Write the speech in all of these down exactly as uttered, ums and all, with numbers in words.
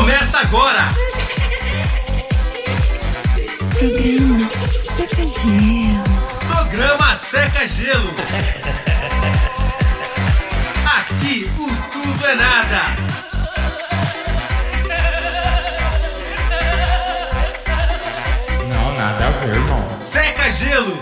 Começa agora! Programa Seca Gelo. Programa Seca Gelo. Aqui o tudo é nada. Não, nada a ver, irmão. Seca Gelo.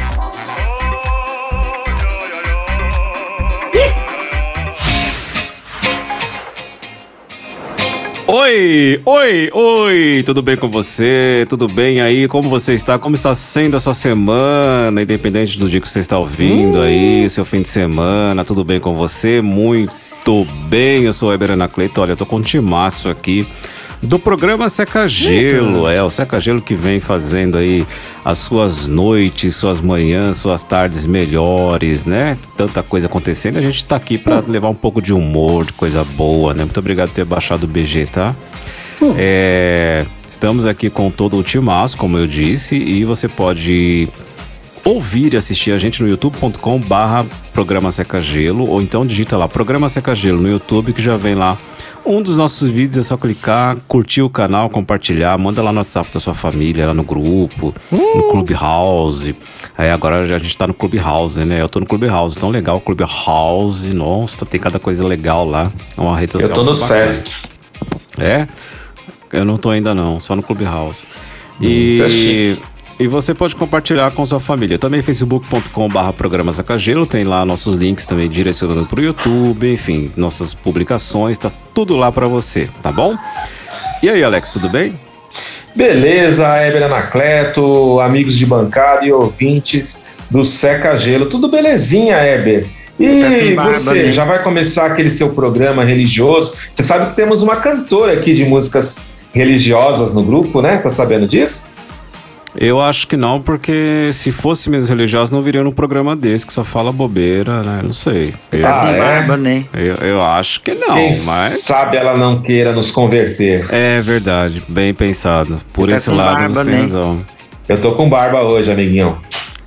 Oi, oi, oi, tudo bem com você? Tudo bem aí? Como você está? Como está sendo a sua semana? Independente do dia que você está ouvindo aí, seu fim de semana, tudo bem com você? Muito bem, eu sou o Weber Anacleto, olha, eu tô com um timaço aqui do programa Seca Gelo, é, o Seca Gelo que vem fazendo aí as suas noites, suas manhãs, suas tardes melhores, né? Tanta coisa acontecendo, a gente tá aqui pra levar um pouco de humor, de coisa boa, né? Muito obrigado por ter baixado o B G, tá? É, estamos aqui com todo o timaço, como eu disse, e você pode ouvir e assistir a gente no youtube ponto com barra programa Seca Gelo, ou então digita lá Programa Seca Gelo no YouTube, que já vem lá um dos nossos vídeos. É só clicar, curtir o canal, compartilhar, manda lá no WhatsApp da sua família, lá no grupo, uh! no Clubhouse. Aí agora a gente tá no Clubhouse, né? Eu tô no Clubhouse, tão legal o Clubhouse, nossa, tem cada coisa legal lá. É uma rede social. Eu tô no Sesc. É? Eu não tô ainda não, só no Clubhouse. E... E você pode compartilhar com sua família. Também facebook ponto com barra programa Seca Gelo. Tem lá nossos links também direcionando pro YouTube. Enfim, nossas publicações. Tá tudo lá pra você, tá bom? E aí, Alex, tudo bem? Beleza, Heber Anacleto, amigos de bancada e ouvintes do Seca Gelo. Tudo belezinha, Heber? E barba, você, né? já vai começar aquele seu programa religioso? Você sabe que temos uma cantora aqui de músicas religiosas no grupo, né? Tá sabendo disso? Eu acho que não, porque se fosse mesmo religioso, não viria num programa desse, que só fala bobeira, né? Não sei. Eu, Ah, com é? barba, né? eu, eu acho que não, Quem mas... sabe ela não queira nos converter. É verdade, bem pensado. Por Tá esse com lado barba, você tem né? razão. Eu tô com barba hoje, amiguinho.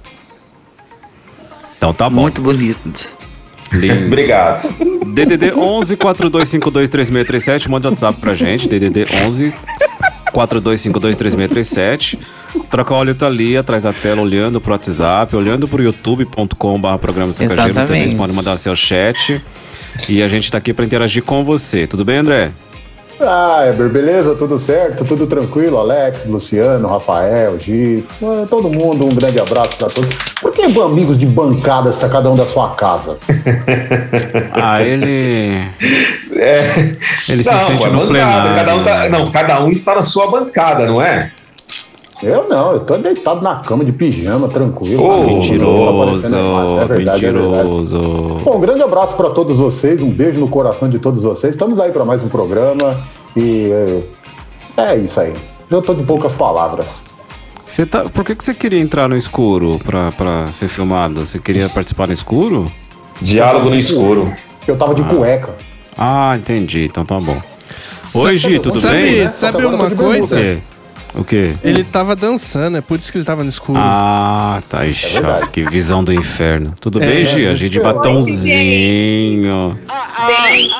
Então tá bom. Muito bonito. Lindo. Obrigado. D D D onze, quatro dois cinco dois, três seis três sete, manda um WhatsApp pra gente, D D D onze, quatro dois cinco dois, três seis três sete. Troca o olho tá ali atrás da tela, olhando pro WhatsApp, olhando pro youtube ponto com barra programa Seca Gelo. Também Exatamente. você pode mandar seu chat. E a gente tá aqui pra interagir com você. Tudo bem, André? Ah, Heber, beleza? Tudo certo? Tudo tranquilo? Alex, Luciano, Rafael, Gi, eh, todo mundo, um grande abraço pra todos. Por que amigos de bancada está cada um da sua casa? Ah, ele... É. Ele se Não, sente pô, no bancada, plenário. Cada um tá, não, cada um está na sua bancada, não é? Eu não, eu tô deitado na cama de pijama, tranquilo. Ô, Não tô Mentiroso, aparecendo na imagem. É verdade, é verdade. mentiroso. Bom, um grande abraço pra todos vocês, um beijo no coração de todos vocês. Estamos aí pra mais um programa e é, é isso aí. Eu tô de poucas palavras. Você tá... Por que, que você queria entrar no escuro pra, pra ser filmado? Você queria participar no escuro? Diálogo no escuro. Eu tava de cueca. Ah, entendi. Então tá bom. Oi, Gi, tudo sabe, bem? Sabe Agora eu tô uma de O coisa? quê? O quê? Ele tava dançando, é por isso que ele tava no escuro. Ah, tá. Ixi, verdade. que visão do inferno. Tudo É. bem, Gi? A Gi de batonzinho. Bem,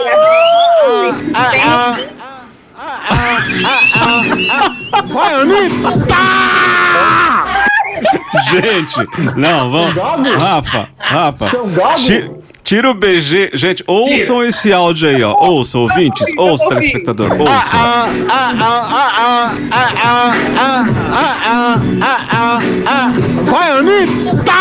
Gente, não, vamos. Gago? Rafa, Rafa. Você é um gago? ti- Tira o B G. Gente, ouçam esse áudio aí, ó. Ouçam, ouvintes. Ouçam, telespectador. Ouçam. Vai, Anitta!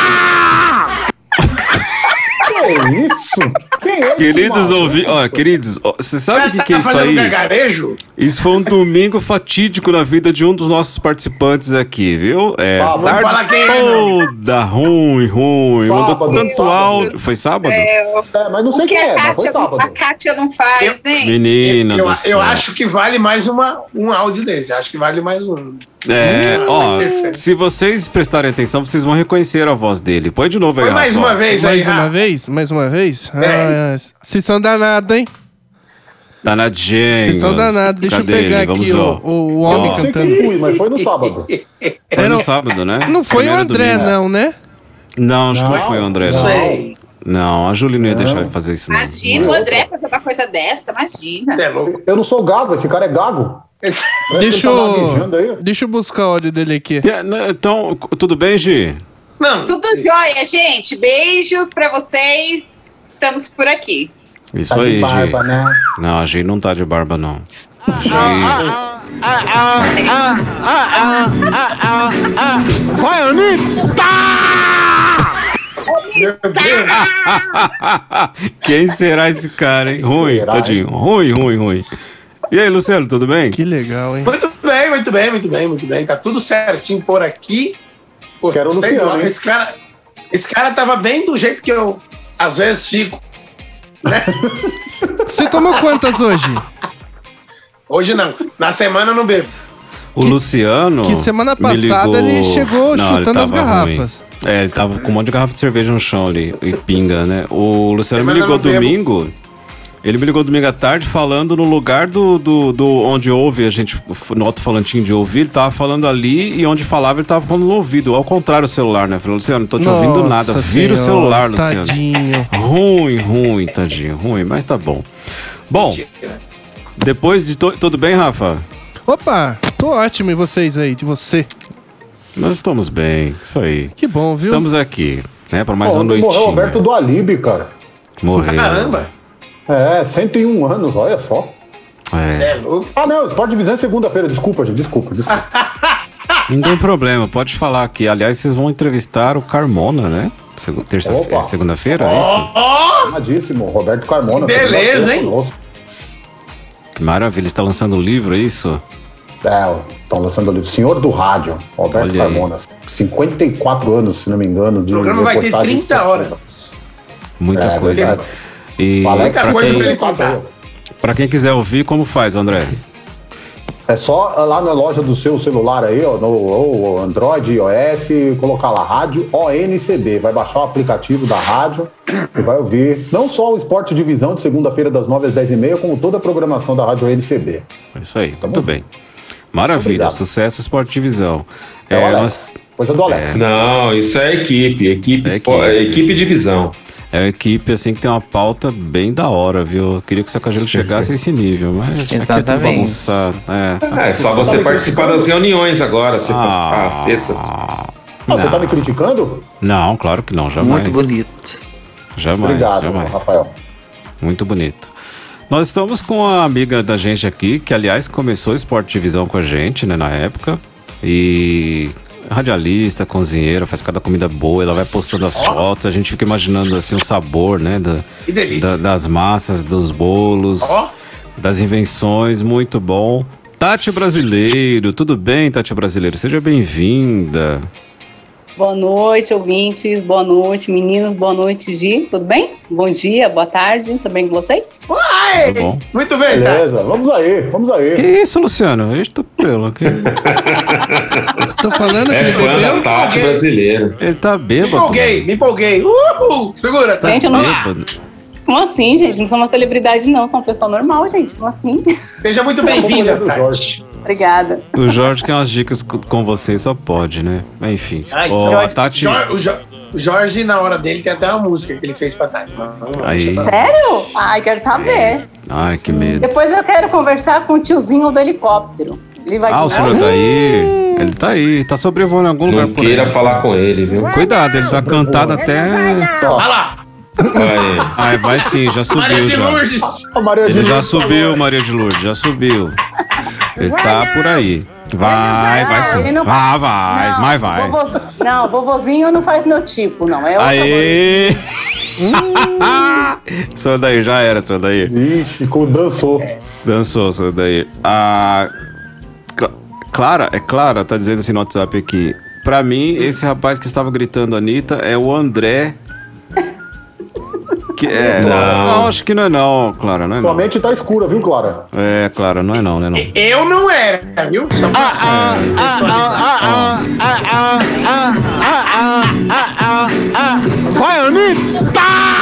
Que isso? Quem é esse Queridos maluco? ouvintes, olha, queridos, ó, você sabe o que, que é isso fazendo aí? gargarejo? Isso foi um domingo fatídico na vida de um dos nossos participantes aqui, viu? É, Ah, vamos tarde falar quem é, não. toda ruim, ruim. Mandou Sábado, tanto sábado. áudio. Foi sábado? É, É, mas não sei o que quem a é, mas foi Kátia, não, a sábado. Kátia não faz, hein? Menina Eu, do eu céu. acho que vale mais uma, um áudio desse. Acho que vale mais um. É, Hum, ó, interfere. se vocês prestarem atenção, vocês vão reconhecer a voz dele. Põe de novo aí, Põe mais Rafa, ó. uma vez aí, Mais uma Rafa. vez? Mais uma vez? É. Ah, vocês são danados, hein? Danadinhos. Vocês são danados. Deixa Cadê eu pegar ele? Vamos aqui ver, o, ó. o, o homem Ó. Não sei cantando. quem fui, mas foi no sábado. Foi Era no o- sábado, né? Não foi o Primeiro André, domingo. não, né? Não, acho que não Não, foi o André, não. não. Sei. Não, a Júlia não ia Não. deixar ele fazer isso, não. Imagina o André pra jogar coisa dessa, imagina. Você é louco. Eu não sou gago, esse cara é gago. Deixa Ele tá eu, gaguejando aí. deixa eu buscar o áudio dele aqui. É, né, Então, tudo bem, Gi? Não. Tudo jóia, gente. Beijos pra vocês. Estamos por aqui. Isso Tá de aí, barba, Gi. né? Não, a Gi não tá de barba, não. A Gi... Vai, Anitta! Meu Deus. Quem será esse cara, hein? Ruim, será, tadinho. Ruim, ruim, ruim. E aí, Luciano, tudo bem? Que legal, hein? Muito bem, muito bem, muito bem, muito bem. Tá tudo certinho por aqui. Pô, Quero o gostei Luciano, do- hein? esse cara, esse cara tava bem do jeito que eu às vezes fico. Né? Você tomou quantas hoje? Hoje não. Na semana eu não bebo. O Luciano. Que semana me passada ligou- ele chegou Não, ele chutando as tava garrafas. ruim. É, ele tava com um monte de garrafa de cerveja no chão ali e pinga, né? O Luciano me Semana ligou não bebo. domingo. Ele me ligou domingo à tarde falando no lugar do, do, do onde ouve, a gente, no alto-falantinho de ouvir, ele tava falando ali e onde falava ele tava falando no ouvido. Ao contrário o celular, né? Falou, Luciano, não tô te ouvindo nada. Nossa Vira o Senhora, celular, Luciano. Tadinho. Ruim, ruim, tadinho. Ruim, mas tá bom. Bom, Mentira. depois de... To... Tudo bem, Rafa? Opa, tô ótimo. E vocês aí, de você? Nós estamos bem, isso aí. Que bom, viu? Estamos aqui, né? Para mais Pô, uma morreu noitinha. o Roberto do Alibi, cara. Morreu. Caramba. É, cento e um anos, olha só. É, É louco. Ah, não, Sport Divisão é segunda-feira. Desculpa, gente, desculpa, desculpa. não tem problema, pode falar aqui. Aliás, vocês vão entrevistar o Carmona, né? Segu- Terça-feira, Opa. segunda-feira, é isso? Ó, Amadíssimo, Roberto Carmona. Que beleza, segunda-feira hein? conosco. Que maravilha, está lançando um livro, é isso? É, estão lançando o livro Senhor do Rádio, Roberto Olha aí. Carmona. cinquenta e quatro anos, se não me engano. o De programa vai ter reportagem. trinta horas. Muita É, coisa. verdade. E O Alex Muita pra coisa quem, pra ele contar. pra quem quiser ouvir, como faz, André? É só lá na loja do seu celular aí, ó, no ou Android, iOS, colocar lá Rádio O N C B. Vai baixar o aplicativo da rádio e vai ouvir não só o Esporte Divisão de segunda-feira das nove às dez e meia, como toda a programação da Rádio O N C B. É isso aí, Tá muito bom. bem. Maravilha, Obrigado. sucesso Sport Divisão. É, o É, Alex. nós, Coisa do Alex. Não, isso é equipe. Equipe, É espo- equipe. equipe divisão. é uma equipe assim que tem uma pauta bem da hora, viu? Eu queria que o Sacagelo chegasse a esse nível, mas aqui é tudo Exatamente. bagunçado. É, tá É, só você participar das reuniões agora, sextas. Ah, sextas. Ah, você tá me criticando? Não, claro que não, jamais. Muito bonito. Jamais, Obrigado, jamais. Rafael. Muito bonito. Nós estamos com a amiga da gente aqui, que aliás começou o Sport Divisão com a gente, né, na época. E radialista, cozinheira, faz cada comida boa, ela vai postando as fotos, a gente fica imaginando assim o sabor, né, da, Que delícia. da- das massas, dos bolos, Ó. das invenções, muito bom. Tati Brasileiro, tudo bem, Tati Brasileiro? Seja bem-vinda. Boa noite, ouvintes. Boa noite, meninos. Boa noite, Gi. Tudo bem? Bom dia, boa tarde. Tudo bem com vocês? Ai, Tudo bom? muito bem, tá? Beleza, vamos aí, vamos aí. Que isso, Luciano? Eita, pelo aqui. Tô falando que É ele fã da bebeu? Tati Alguém- brasileiro. Ele tá Me bêbado. empolguei, me empolguei. Uhul! Segura, tá? Gente, eu não- Bêbado. Como assim, gente? Não sou uma celebridade, não. Sou uma pessoa normal, gente. Como assim? Seja muito bem-vinda, Vamos olhar pro Tati. Obrigada. O Jorge quer umas dicas co- com você, só pode, né? Mas enfim. Ai, Ó, a Jorge, Tati. Jor- o, Jo- o Jorge, na hora dele, tem até uma música que ele fez pra Tati. Não, não, não, Aí. não. Sério? Ai, quero saber. Ai, que medo. Depois eu quero conversar com o tiozinho do helicóptero. Ele vai Ah, o vir senhor hoje? tá aí. Ele tá aí. Tá sobrevoando em algum lugar Não por queira aí. falar com ele, viu? Cuidado, ele tá cantado até. Olha lá! Aí. Ai, vai sim, já Maria subiu de já. Lourdes! A Maria de Ele já Lourdes subiu, falou. Maria de Lourdes, já subiu. Ele tá por aí. Vai, vai sim. Ele não- Vai, vai, Não, mas vai. vovô- Não, vovozinho não faz meu tipo, não. É outra coisa. Aê! Seu daí, já era, seu daí. Ixi, com- dançou. Dançou, seu daí. A Cla- Clara, é Clara, tá dizendo assim no WhatsApp aqui. Pra mim, esse rapaz que estava gritando Anitta é o André. Que é. Não. Não, acho que não é não, Clara, não é Sua não. mente tá escura, viu, Clara? É, Clara, não é não, não é não. Eu não era, viu? Só pra contextualizar. Vai, Anitta!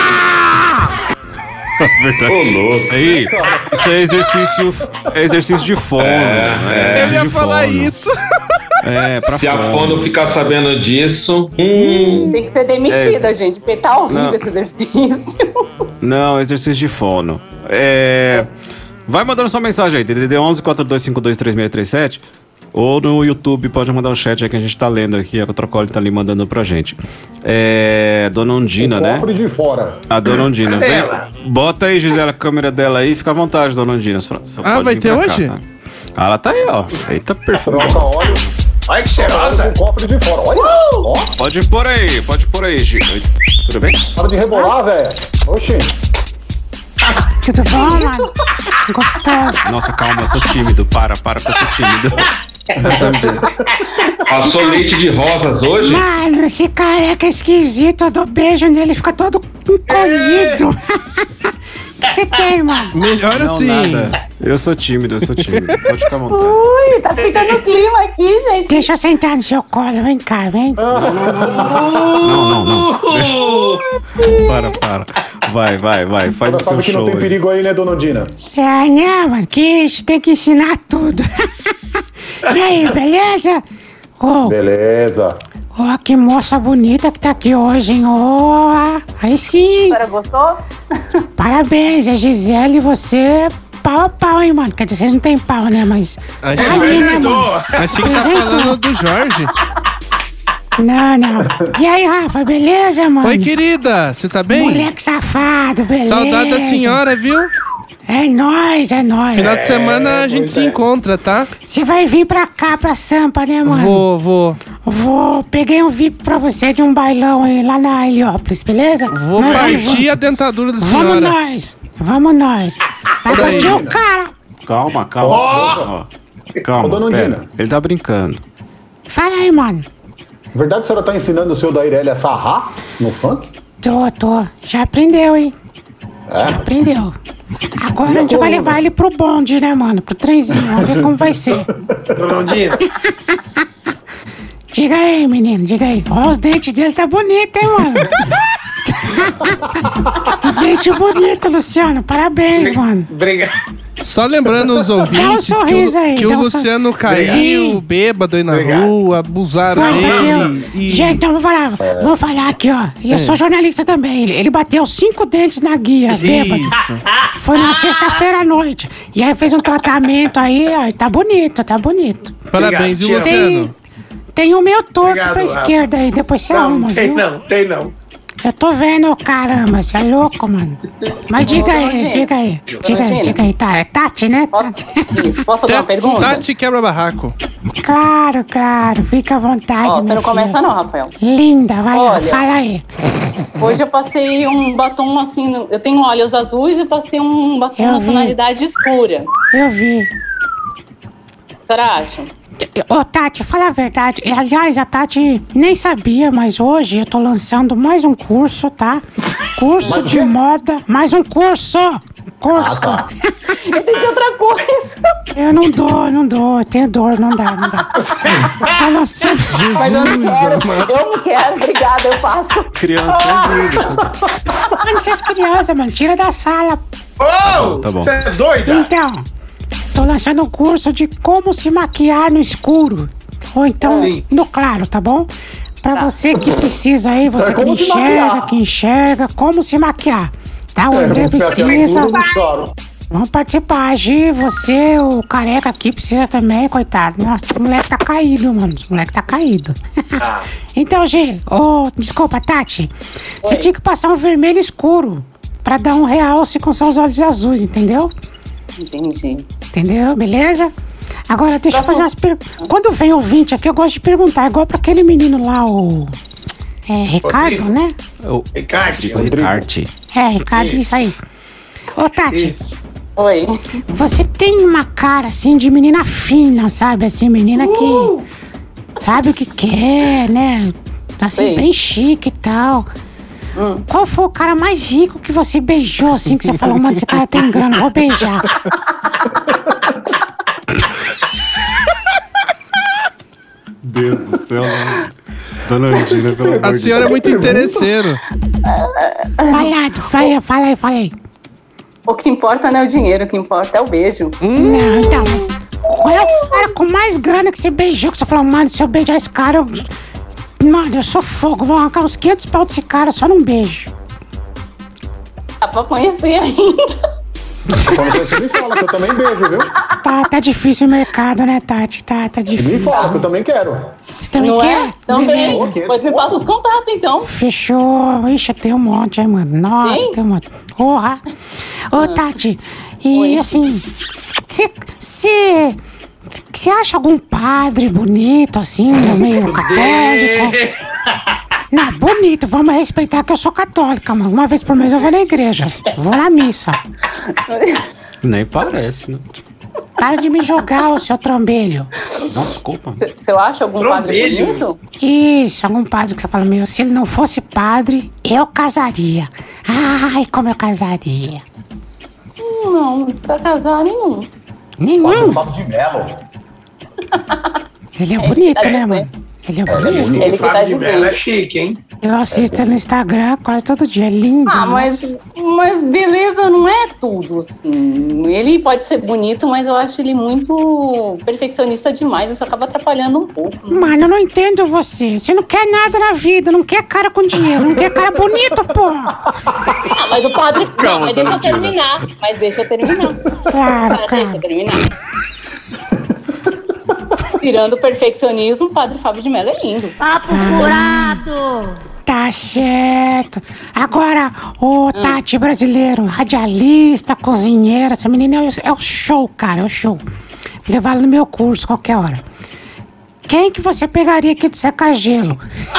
Verdade. Ô, louco. Isso aí, isso é exercício, é exercício de fono. É, Ele ia de falar fono. isso. É, pra Se fora. a Fono ficar sabendo disso. Hum. Tem que ser demitida, É, gente, porque tá horrível não. esse exercício. Não, exercício de fono. É... Vai mandando sua mensagem aí, D D D onze quatro dois cinco dois três seis três sete. Ou no YouTube, pode mandar um chat aí que a gente tá lendo aqui. A Trocoli tá ali mandando pra gente. É... Dona Ondina, né? Cofre de fora. A Dona Ondina. Cadê Vem, ela? bota aí, Gisela, a câmera dela aí. Fica à vontade, Dona Ondina. Só- só Ah, pode vai vir ter pra cá, hoje? tá? Ah, ela tá aí, ó. Eita, perfumada. Troca óleo. Olha que cheirosa. Com cofre de fora. Olha. Ó, Pode pôr aí, pode pôr aí, Gi. Tudo bem? para de rebolar, velho. Oxi. Tudo bom, mano? Gostoso. Nossa, calma, eu sou tímido. Para, para que eu sou tímido. Eu também. Passou leite de rosas hoje? Mano, esse careca esquisito, eu dou beijo nele, fica todo encolhido. O que você tem, mano? Melhor Não, assim. nada. Eu sou tímido, eu sou tímido. Pode ficar à vontade. Ui, tá ficando clima aqui, gente. Deixa eu sentar no seu colo, vem cá, vem. Não, não, não. Deixa... Para, para. Vai, vai, vai. Faz Ela o seu sabe que não show tem aí. perigo aí, né, Dona Ondina? É, não, mano, que isso, tem que ensinar tudo. E aí, beleza? Ô, Beleza. ó, que moça bonita que tá aqui hoje, hein? Ó, aí sim. A senhora gostou? Parabéns, a Gisele e você, pau a pau, hein, mano? Quer dizer, vocês não tem pau, né? Mas. Achei, Tá ali, né, mano? achei que tá Apresentou. falando do Jorge. Não, não. E aí, Rafa, beleza, mano? Oi, querida, você tá bem? Moleque safado, beleza? Saudade da senhora, viu? É nóis, é nóis. Final de semana a gente pois se é. encontra, tá? Você vai vir pra cá, pra Sampa, né, mano? Vou, vou. Vou. Peguei um V I P pra você de um bailão aí lá na Heliópolis, beleza? Vou Nós partir a dentadura da Vamos senhora. nós. Vamos nós. Vai Isso aí. partir o cara. Calma, calma. Ó, Calma, Ô, Dona pera. Ondina. Ele tá brincando. Fala aí, mano. Verdade, a senhora tá ensinando o seu Dairelli a sarrar no funk? Tô, tô. Já aprendeu, hein? Já aprendeu. Agora a gente vai levar ele pro bonde, né, mano? Pro trenzinho. Vamos ver como vai ser. Dona Ondina. Diga aí, menino, diga aí. Ó, os dentes dele tá bonito, hein, mano? Que dente bonito, Luciano. Parabéns, mano. Obrigado. Só lembrando os ouvintes Dá um sorriso que, o, aí, que dá o um Luciano sor- caiu Sim. bêbado aí na Obrigado. rua, abusaram Vai, dele. bateu. E... Gente, então vou falar. Vou falar aqui, ó. E eu sou jornalista também. Ele, ele bateu cinco dentes na guia, bêbado. Isso. Foi na sexta-feira à noite. E aí fez um tratamento aí, ó. e Tá bonito, tá bonito. Parabéns, e o Obrigado, Luciano? Tem, tem o meu torto Obrigado, pra Rafa. esquerda aí. Depois você Não, arruma, tem viu? não, tem não. Eu tô vendo, caramba. Você é louco, mano. Mas diga aí, Dona diga aí. Diga aí, Dina. diga aí. Tá, é Tati, né? Posso, Tati. isso, posso fazer uma pergunta? Tati quebra barraco. Claro, claro. Fica à vontade, Ó, você meu não começa filho. não, Rafael. Linda, vai lá, Olha. fala aí. Hoje eu passei um batom assim, no- eu tenho olhos azuis e passei um batom Eu na vi. tonalidade escura. Eu vi. O que a senhora acha? Ô, Tati, fala a verdade. Aliás, a Tati nem sabia, mas hoje eu tô lançando mais um curso, tá? Curso de moda. Mais um curso! Curso. Entendi outra coisa. Eu não dou, não dou. Eu tenho dor, não dá, não dá. Eu tô lançando. Mas eu não quero. Eu não quero, obrigada, eu faço. Criança ajuda. Mano, essas crianças, mano, tira da sala. Ô, tá bom. você é doida? Então, tô lançando um curso de como se maquiar no escuro. Ou então Sim. no claro, tá bom? Pra você que precisa aí, você É que não como se enxerga, maquiar. que enxerga, como se maquiar. Tá, o É, André vamos pegar precisa. tudo, claro. Vamos participar, Gi, você, o careca aqui precisa também, coitado. Nossa, esse moleque tá caído, mano. Esse moleque tá caído. Então, Gi, ô, desculpa, Tati. Você Oi. tinha que passar um vermelho escuro pra dar um realce com seus olhos azuis, entendeu? Entendi. Entendeu? Beleza? Agora, deixa eu fazer umas perguntas. Quando vem ouvinte aqui, eu gosto de perguntar, igual pra aquele menino lá, o. É, Ricardo, Rodrigo. né? Ricardo. Ricarte. É, Ricardo, isso aí. Ô, Tati, Isso. Oi. você tem uma cara assim de menina fina, sabe? Assim, menina que sabe o que quer, né? Assim, Sim. bem chique e tal. Qual foi o cara mais rico que você beijou, assim, que você falou, mano, esse cara tem grana, vou beijar? Deus do céu, né? Dona Angina, pelo amor A de senhora é muito interesseiro. Falado, fala, fala aí, fala aí. O que importa não é o dinheiro, o que importa é o beijo. Não, então, mas Qual é o cara com mais grana que você beijou? Que você falou, mano, se eu beijar esse cara, eu... Mano, eu sou fogo. Vou arrancar uns quinhentos pau desse cara só num beijo. Dá pra conhecer ainda. Quando você me fala, que eu também beijo, viu? Tá, tá difícil o mercado, né, Tati? Tá, tá difícil. Me fala, que eu também quero. Você também Não quer? é? Então, Beleza. beleza. Depois me passa os contatos, então. Fechou. Ixi, tem um monte, hein, mano. Nossa, Tem? tem um monte. Porra. Ô, Tati, e Oi. assim, você... Você acha algum padre bonito, assim, no meio católico? Não, bonito, vamos respeitar que eu sou católica, mano. Uma vez por mês eu vou na igreja. Vou na missa. Nem parece, né? Para de me jogar, ô seu trambelho. Não, desculpa. Você acha algum padre Trombeiro. bonito? Isso, algum padre que você fala, meu, se ele não fosse padre, eu casaria. Ai, como eu casaria. Hum, Não, pra casar nenhum. Nenhum. Fábio de Melo. Ele é bonito, tá né, dizendo. mano? Ele é Diz bonito. que Ele o que tá Fábio de de Mello bem. é chique, hein? Eu assisto ele no Instagram quase todo dia. É lindo. Ah, nossa. mas, mas beleza não é tudo, assim. Ele pode ser bonito, mas eu acho ele muito perfeccionista demais. Isso acaba atrapalhando um pouco. Mano, eu não entendo você. Você não quer nada na vida, não quer cara com dinheiro, não quer cara bonito, porra. Ah, mas o padre... Calma, não, mas deixa eu Valentina. terminar. Mas deixa eu terminar. Claro, Tá, deixa cara. eu terminar. Tirando o perfeccionismo, o padre Fábio de Mello é lindo. Papo furado! Tá certo. Agora, o Hum. Tati brasileiro, radialista, cozinheira, essa menina é o, é o show, cara, é o show. Vou levar ela no meu curso qualquer hora. Quem que você pegaria aqui do seca-gelo?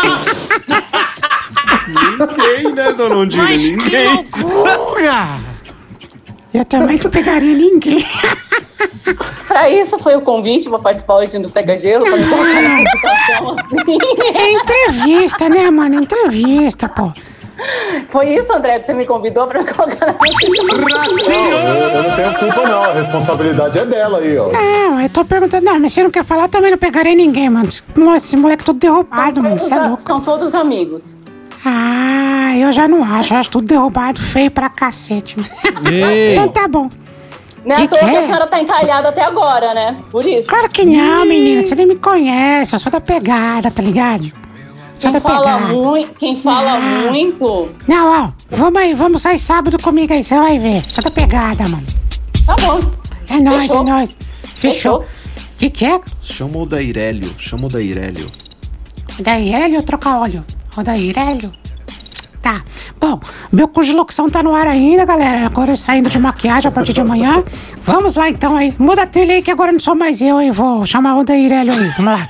Ninguém, né, dona Ondina? Ninguém. Loucura! Eu também não pegaria ninguém. Pra isso foi o convite pra participar hoje do Cega Gelo, pra me colocar na situação assim. É entrevista, né, mano? Entrevista, pô. Foi isso, André, que você me convidou pra me colocar na situação. Eu, eu não tenho culpa, não. A responsabilidade é dela aí, ó. Não, eu tô perguntando, não, mas você não quer falar, eu também não pegaria ninguém, mano. Esse- Esse moleque todo derrubado, mano, você é louco. São todos amigos. Ah, eu já não acho, eu acho tudo derrubado, feio pra cacete. Ei. Então tá bom. Não é Que à toa que que é? a senhora tá encalhada até agora, né? Por isso. Claro que não, menina, você nem me conhece, eu sou da pegada, tá ligado? Sou Quem da fala, pegada. muito, quem fala Ah. muito. Não, ó, vamos aí, vamos sair sábado comigo aí, você vai ver. Sou da pegada, mano. Tá bom. É nóis, Fechou. é nóis. Fechou. Fechou. Que que é? Chama o da Irélio. Chama o da Irélio. O da Irélio ou trocar óleo? O da Irélio? Tá. Bom, meu curso de locução tá no ar ainda, galera. Agora saindo de maquiagem a partir de amanhã. Vamos lá então aí. Muda a trilha aí que agora não sou mais eu aí. Vou chamar o da Irélio aí. Vamos lá.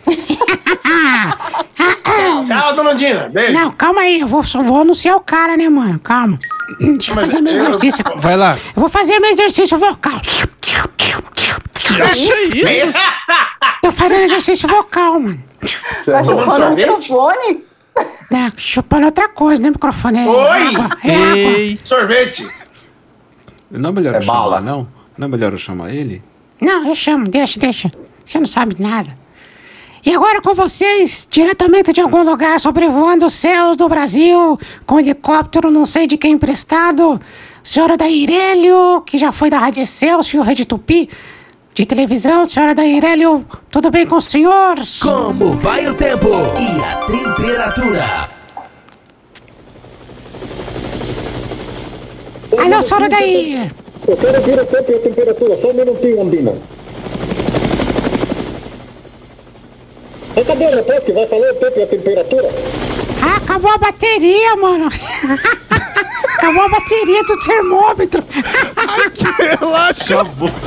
Tchau, dona Dina. Beijo. Não, calma aí. Eu vou, só vou anunciar o cara, né, mano? Calma. Deixa eu Mas fazer meu eu- exercício. Vai lá. Eu vou fazer meu exercício vocal. Acha isso? Tô fazendo exercício vocal, mano. Tá tomando chupando o sorvete? microfone? Né? Chupando outra coisa, né? Microfone é Oi! água. É água. Ei. Sorvete. Não é melhor É eu chamar, bala. não? Não é melhor eu chamar ele? Não, eu chamo, deixa, deixa. Você não sabe de nada. E agora com vocês, diretamente de algum lugar sobrevoando os céus do Brasil, com helicóptero não sei de quem emprestado, senhora da Irélio, que já foi da Rádio Excelsior, Rede Tupi, de televisão, senhora da Irélio, tudo bem com o senhor? Como vai o tempo e a temperatura? Alô, senhora da Ir. Eu quero ver o tempo e a temperatura, só um minutinho, Andina. É, cadê o repórter que vai falar o tempo e a temperatura? Ah, acabou a bateria, mano. Acabou a bateria do termômetro. Relaxa.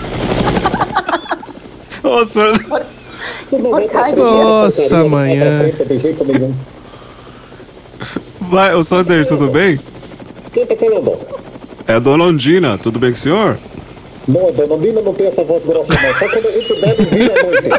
Ô, senhor... Porcaria. Nossa, amanhã. De jeito nenhum. Vai, ô, Sander, tudo bem? Quem tá falando? É a dona Ondina, tudo bem com o senhor? Não, a dona Andina não tem essa voz grossa, não. Só quando a gente bebe vinho à noite.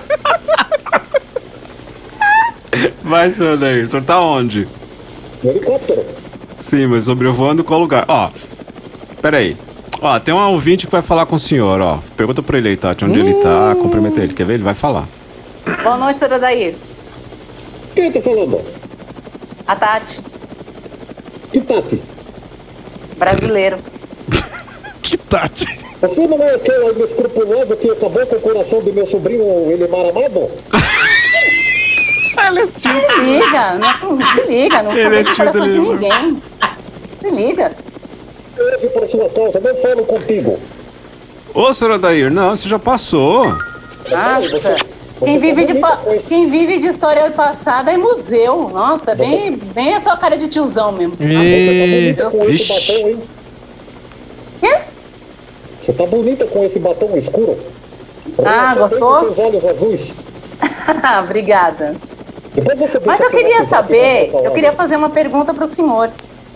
Vai, senhor Adair, o senhor tá onde? No helicóptero. Sim, mas sobrevoando qual lugar? Ó, peraí. Ó, tem um ouvinte que vai falar com o senhor, ó. Pergunta pra ele aí, Tati, onde ele tá, cumprimenta ele. Quer ver? Ele vai falar. Boa noite, senhora Dair. Quem tá falando? A Tati, Que Tati? brasileiro. Tati. Você não é aquela inescrupulosa que acabou com o coração do meu sobrinho, Elimar Amado? Ele é Se liga, não, se liga, não Ele é acabou com o tio coração do de Lima. ninguém. Se liga. Eu vim por sua causa, não falo contigo. Ô, senhor Adair, não, isso já passou. Nossa. Quem vive, de pa- Quem vive de história passada é museu. Nossa, bem, bem a sua cara de tiozão mesmo. E... Você tá bonita com esse Vixe. batom, hein? Quê? Você tá bonita com esse batom escuro. Ah, Realça bem gostou? com seus olhos azuis. Obrigada. Depois você Mas deixa eu queria esse WhatsApp saber, pra falar. eu queria fazer uma pergunta pro senhor.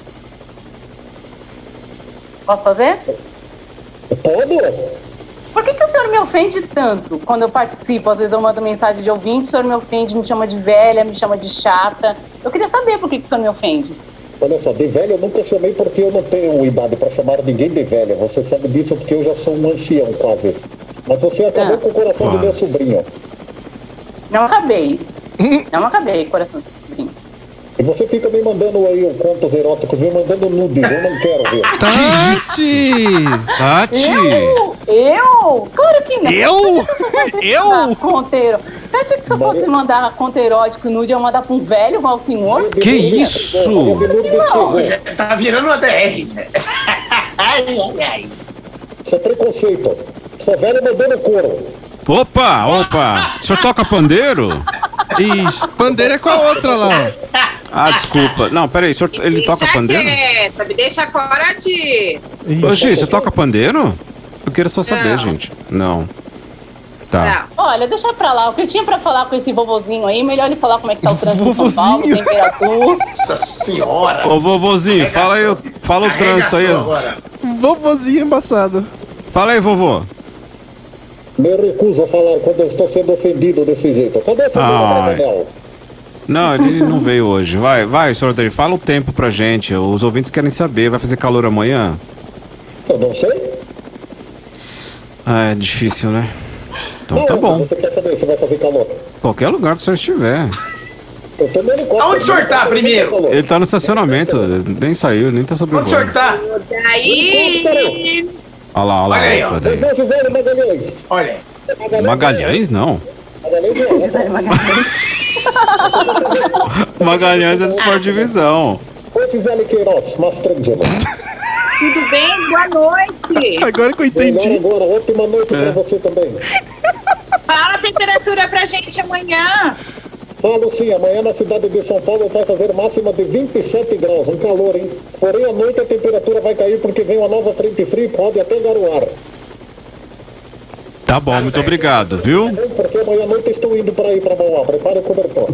Posso fazer? Pode? Por que, que o senhor me ofende tanto quando eu participo? Às vezes eu mando mensagem de ouvinte, o senhor me ofende, me chama de velha, me chama de chata. Eu queria saber por que, que o senhor me ofende. Olha só, de velho eu nunca chamei porque eu não tenho idade pra chamar ninguém de velho. Você sabe disso porque eu já sou um ancião quase. Mas você acabou Ah. com o coração do meu Quase. sobrinho. Não acabei. Não acabei, coração do sobrinho. E você fica me mandando aí contos eróticos, me mandando nudes, eu não quero ver. Tati! Tati! Eu? Eu? Claro que não. Eu? Eu? Conteiro. Você acha que se eu fosse mandar conto erótico nude, eu ia mandar pra um velho igual o senhor? Que isso? Não. Já tá virando uma D R. né? Ai, ai, ai. Isso é preconceito. Sou velho mandando couro. Opa, opa! O senhor toca pandeiro? Ixi, pandeira é com a outra lá. Ah, desculpa. Não, peraí, o senhor, ele toca Deixa pandeiro? quieta, me deixa fora disso. Ô, Gi, você toca pandeiro? Eu quero só saber, Não. gente. Não. Tá. Não. Olha, deixa pra lá. O que eu tinha pra falar com esse vovozinho aí, melhor ele falar como é que tá o trânsito em São Paulo, Vovozinho? temperatura. Nossa senhora. Ô, vovozinho, fala aí, fala o trânsito aí. Arregaçou agora. Vovozinho embaçado. Fala aí, vovô. Me recuso a falar quando eu estou sendo ofendido desse jeito. Cadê esse Ai. Bravanel? Não, ele não veio hoje. Vai, vai, senhor Adair, fala o tempo pra gente. Os ouvintes querem saber. Vai fazer calor amanhã? Eu não sei. Ah, é difícil, né? Então Não, tá bom. Você quer saber se vai fazer calor? Qualquer lugar que o senhor estiver. Eu tô meio copo. Aonde o senhor tá primeiro? Ele tá no estacionamento, nem saiu, nem tá Onde o senhor sobrevoando. tá? Daí. Olha lá, olha lá, Olha aí, ó. senhor Adair. Meu Gisele Magalhães. Olha. Magalhães, não. Magalhães é Magalhães é do Sport Divisão. Oi, Gisele Queiroz, Mastrangelo. Tudo bem? Boa noite. Agora que eu Melhor entendi. agora, ótima noite É. pra você também. Fala a temperatura pra gente amanhã. Falo sim, amanhã na cidade de São Paulo vai fazer máxima de vinte e sete graus, um calor, hein? Porém, à noite a temperatura vai cair porque vem uma nova frente fria e pode até garoar. Tá bom, muito obrigado, viu? Porque amanhã à noite estou indo para ir para Mauá, prepare o cobertor.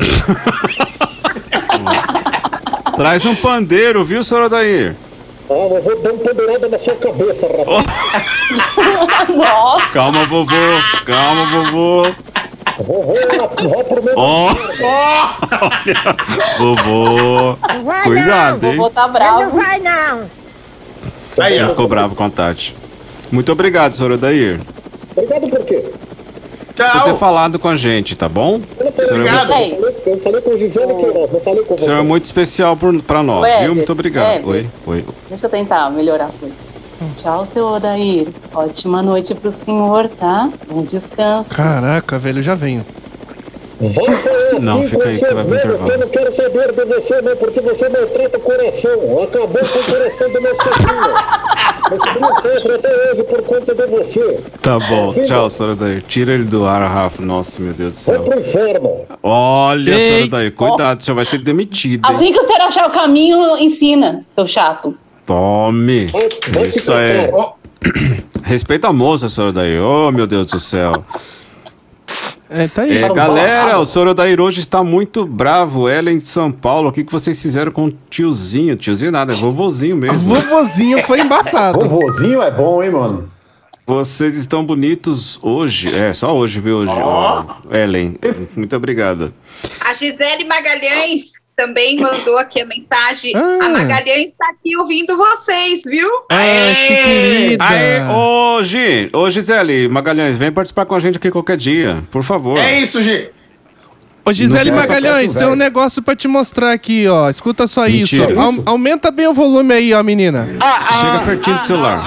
Traz um pandeiro, viu, senhor Adair? Ah, eu vou dar uma pandeirada na sua cabeça, rapaz. Nossa, Calma, vovô, calma, vovô. Vou, vou, vou pro meu... Ó, olha, vovô, cuidado, o hein? vovô tá bravo. vai não. Aí, Ele ó. ficou bravo com a Tati. Muito obrigado, senhor Adair, Obrigado por quê? por ter Tchau. falado com a gente, tá bom? O senhor é muito, Obrigado. Aí, Eu falei, eu falei com o Gisele Queiroz, não falei com o você. senhor é muito especial por, pra nós, Weber, viu? Muito obrigado. Weber. Oi, oi. deixa eu tentar melhorar. Tchau, seu Odair. Ótima noite pro senhor, tá? Bom descanso. Caraca, velho, eu já venho. Vai sair Não, assim fica com aí que você vai pro seus velhos, intervalo. Eu não quero saber de você, não, porque você maltrata o coração. Acabou com o coração do meu sobrinho. Meu sobrinho sofre até hoje por conta de você. Tá bom, Filho, tchau, senhor Adair. Tira ele do ar, Rafa. Nossa, meu Deus do Vai céu. pro inferno. Olha, Ei. senhor Adair, cuidado, o senhor vai ser demitido, hein? Assim que o senhor achar o caminho, ensina, seu chato. Tome. Vai, vai Isso ficar é. claro. Ó, Respeita a moça, senhor Adair. Oh, meu Deus do céu. É, tá aí. É, galera, o senhor Adair hoje está muito bravo. Ela em São Paulo. O que, que vocês fizeram com o tiozinho? Tiozinho nada, é vovozinho mesmo. Vovozinho foi embaçado. Vovozinho é bom, hein, mano? Vocês estão bonitos hoje. É, só hoje, viu, hoje, ó, Ellen. Muito obrigado. A Gisele Magalhães também mandou aqui a mensagem. Ah. A Magalhães tá aqui ouvindo vocês, viu? Ah, que querida. Aê, ô, Gi, ô, Gisele Magalhães, vem participar com a gente aqui qualquer dia, por favor. é isso, Gi. Ô, Gisele Não, Magalhães, tem um negócio pra te mostrar aqui, ó. Escuta só Mentira. isso. Au- aumenta bem o volume aí, ó, menina. Chega pertinho do celular.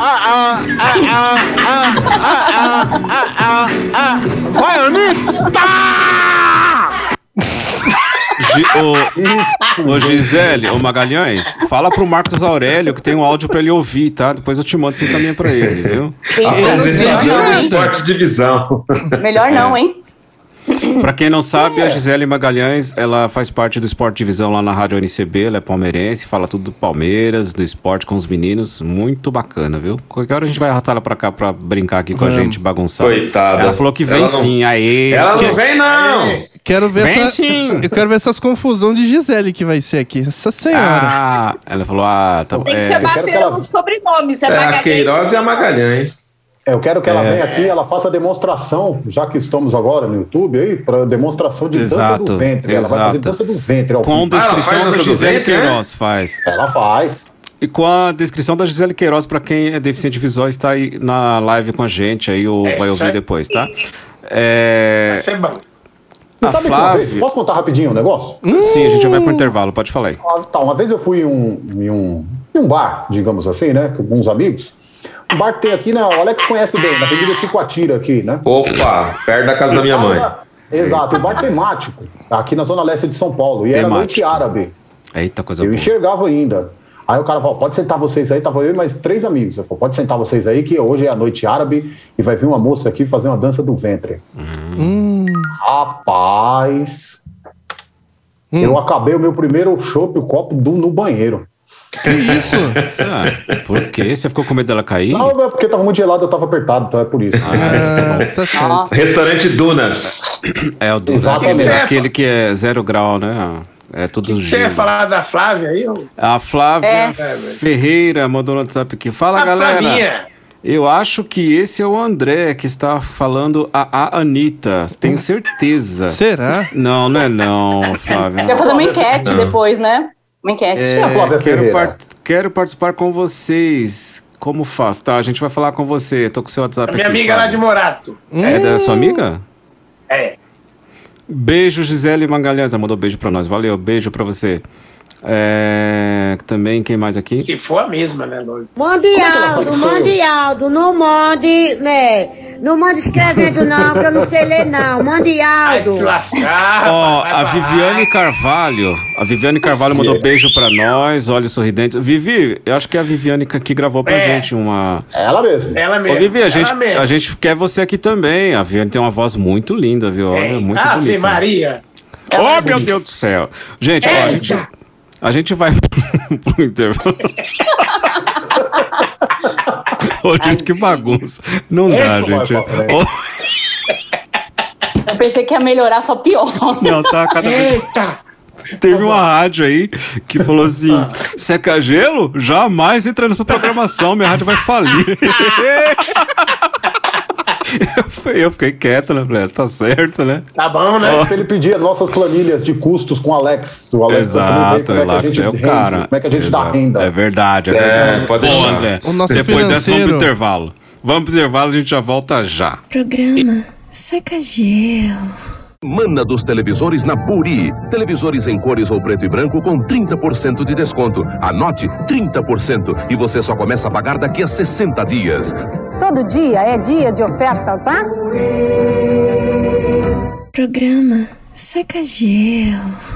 Vai, Anitta! Gi- ô, ô Gisele, ô Magalhães, fala pro Marcos Aurélio que tem um áudio pra ele ouvir, tá? Depois eu te mando, você encaminha pra ele, viu? Eu não sei de nada. Esporte divisão. Melhor não, hein? Pra quem não sabe, a Gisele Magalhães, ela faz parte do Esporte Divisão lá na Rádio N C B, ela é palmeirense, fala tudo do Palmeiras, do esporte com os meninos, muito bacana, viu? Qualquer hora a gente vai arrastar ela pra cá pra brincar aqui com a gente, bagunçar. Coitada. Ela falou que vem Ela não- sim, aê. Ela Que- não vem, não! Quero ver Vem essa. sim. Eu quero ver essas confusão de Gisele que vai ser aqui. Essa senhora. Ah, ela falou, ah, tá Tem que é, chamar quero que pelo ela- sobrenome. Se é É a Magalhães. Queiroz e a Magalhães. É, eu quero que ela É. venha aqui, ela faça a demonstração, já que estamos agora no YouTube aí, para demonstração de dança Exato, do ventre. Ela vai fazer exato. dança do ventre. ao com vivo. descrição Ah, ela faz da dança do Gisele ventre, Queiroz, faz. Ela faz. E com a descrição da Gisele Queiroz, pra quem é deficiente visual, está aí na live com a gente, aí ou É, vai isso ouvir aí. depois, tá? É... Vai ser bom. Você A sabe que uma vez, Flávia... posso contar rapidinho um negócio? Sim, a gente vai pro intervalo, pode falar aí. Ah, tá, uma vez eu fui em um, em um, em um bar, digamos assim, né, com uns amigos. Um bar que tem aqui, né, o Alex conhece bem, na Avenida Ticoatira aqui, né? Opa, perto da casa da minha mãe. Exato, um bar temático, aqui na Zona Leste de São Paulo. E era Temático. noite árabe. Eita, coisa Eu boa. enxergava ainda. Aí o cara falou, pode sentar vocês aí, tava eu e mais três amigos. Eu falei, pode sentar vocês aí, que hoje é a noite árabe e vai vir uma moça aqui fazer uma dança do ventre. Hum. Rapaz, eu acabei o meu primeiro chopp, o copo do, no banheiro. Que isso? Nossa, por quê? Você ficou com medo dela cair? Não, é porque tava muito gelado, eu tava apertado, então é por isso. Ah, tá certo. Restaurante Dunas. É o do Exatamente. aquele, aquele que é zero grau, né? É tudo Você ia gelo. falar da Flávia aí? Ou... A Flávia É. Ferreira mandou no WhatsApp aqui. Fala, A galera. Flavinha. Eu acho que esse é o André que está falando a, a Anitta. Tenho certeza. Será? Não, não é não, Flávia. Quer fazer uma enquete Não. depois, né? Uma enquete. E a Flávia quero, Ferreira? par- quero participar com vocês. Como faço? Tá, a gente vai falar com você. Tô com o seu WhatsApp A minha aqui. amiga lá de Flávia. Morato. É da sua amiga? É. Beijo, Gisele Magalhães. Ela mandou beijo pra nós. Valeu, beijo pra você. É, também, quem mais aqui? Se for a mesma, né, Lógico? Mande Aldo, mande Aldo, não mande, né? Não mande escrevendo não, que eu não sei ler não. Mande Ai, Aldo. te lascar. Ó, vai a pra Viviane lá. Carvalho. A Viviane Carvalho mandou beijo pra nós, olhos sorridentes. Vivi, eu acho que é a Viviane que que gravou pra É. gente uma. Ela mesmo. Ela Ô, mesmo. Vivi, a ela gente, mesmo. a gente quer você aqui também. A Viviane tem uma voz muito linda, viu? Olha, É. muito Ave bonita. Maria. Oh, meu Deus do céu. Gente, ó, a gente, a gente vai pro intervalo. Ô, gente, que bagunça. Não dá, Eita, gente. vai, vai, vai. Ô, Eu pensei que ia melhorar, só pior. não, tá cada vez. Eita. Teve uma rádio aí que falou assim: seca gelo? Jamais entra nessa programação, minha rádio vai falir. eu, fui- eu fiquei quieto, né? Falei, tá certo, né? Tá bom, né? Ele pedia nossas planilhas de custos com o Alex. O Alex vai poder ver Exato, como é que a Alex gente é o rende, cara. Como é que a gente dá Exato. renda. É verdade, é É, verdade. pode Bom, deixar. André, O nosso depois dessa, vamos financeiro. pro intervalo. Vamos pro intervalo, a gente já volta já. Programa Seca Gelo. Mana dos televisores na Puri. Televisores em cores ou preto e branco com trinta por cento de desconto. Anote, trinta por cento. E você só começa a pagar daqui a sessenta dias. Todo dia é dia de oferta, tá? Programa Seca Gelo.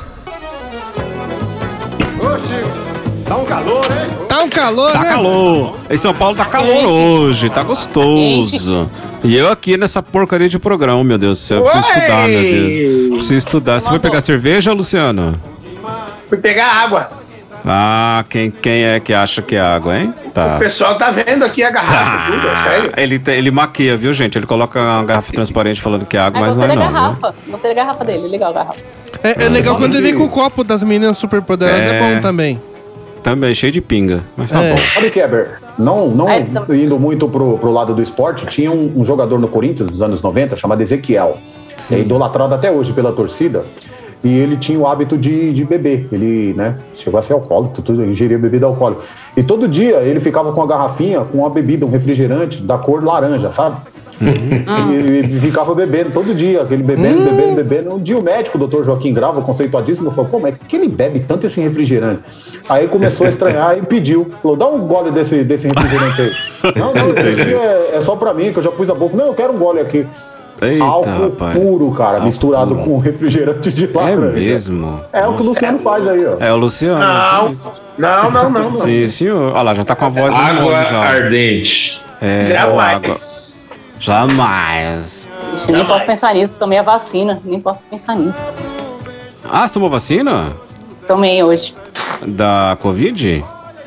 Tá um calor, hein? Tá um calor, Tá né? calor. Em São Paulo tá calor hoje, tá gostoso. E eu aqui nessa porcaria de programa, meu Deus do céu. Eu preciso Ué! estudar, meu Deus. Preciso estudar. Você foi pegar cerveja, Luciano? Fui pegar água. Ah, quem, quem é que acha que é água, hein? Tá. O pessoal tá vendo aqui a garrafa e tudo, é sério. Ele, te- ele maquia, viu, gente? Ele coloca uma garrafa transparente falando que é água, Ah, mas não gostei é da não. viu? garrafa. Gostei da garrafa dele, legal a garrafa. É, é legal quando ele vem com o copo das meninas super poderosas, é, É. bom também. Também, cheio de pinga, mas tá É. bom. Sabe, Keber, não, não Ah, então- indo muito pro, pro lado do esporte, tinha um, um jogador no Corinthians dos anos noventa chamado Ezequiel. Sim. É idolatrado até hoje pela torcida. E ele tinha o hábito de, de beber. Ele, né, chegou a ser alcoólico, tudo, ingeria bebida alcoólica. E todo dia ele ficava com a garrafinha, com uma bebida, um refrigerante da cor laranja, sabe? Uhum. E, e ficava bebendo todo dia, aquele bebendo, uhum. bebendo, bebendo. Um dia o médico, o doutor Joaquim Grava, conceituadíssimo, falou, pô, mas por que ele bebe tanto esse refrigerante? Aí começou a estranhar e pediu. Falou, dá um gole desse, desse refrigerante aí. Não, não, esse é, é só pra mim, que eu já pus a boca. Não, eu quero um gole aqui. Eita, álcool rapaz. puro, cara, álcool misturado puro. com refrigerante de laranja. É mesmo? É Nossa. o que o Luciano faz aí, ó. É o Luciano. Não, assim. não, não, não, não. Sim, senhor. Olha lá, já tá com a voz do Água já. ardente. É, Jamais. água. Jamais. Ixi, nem posso pensar nisso, tomei a vacina, nem posso pensar nisso. Ah, você tomou vacina? Tomei hoje. Da Covid?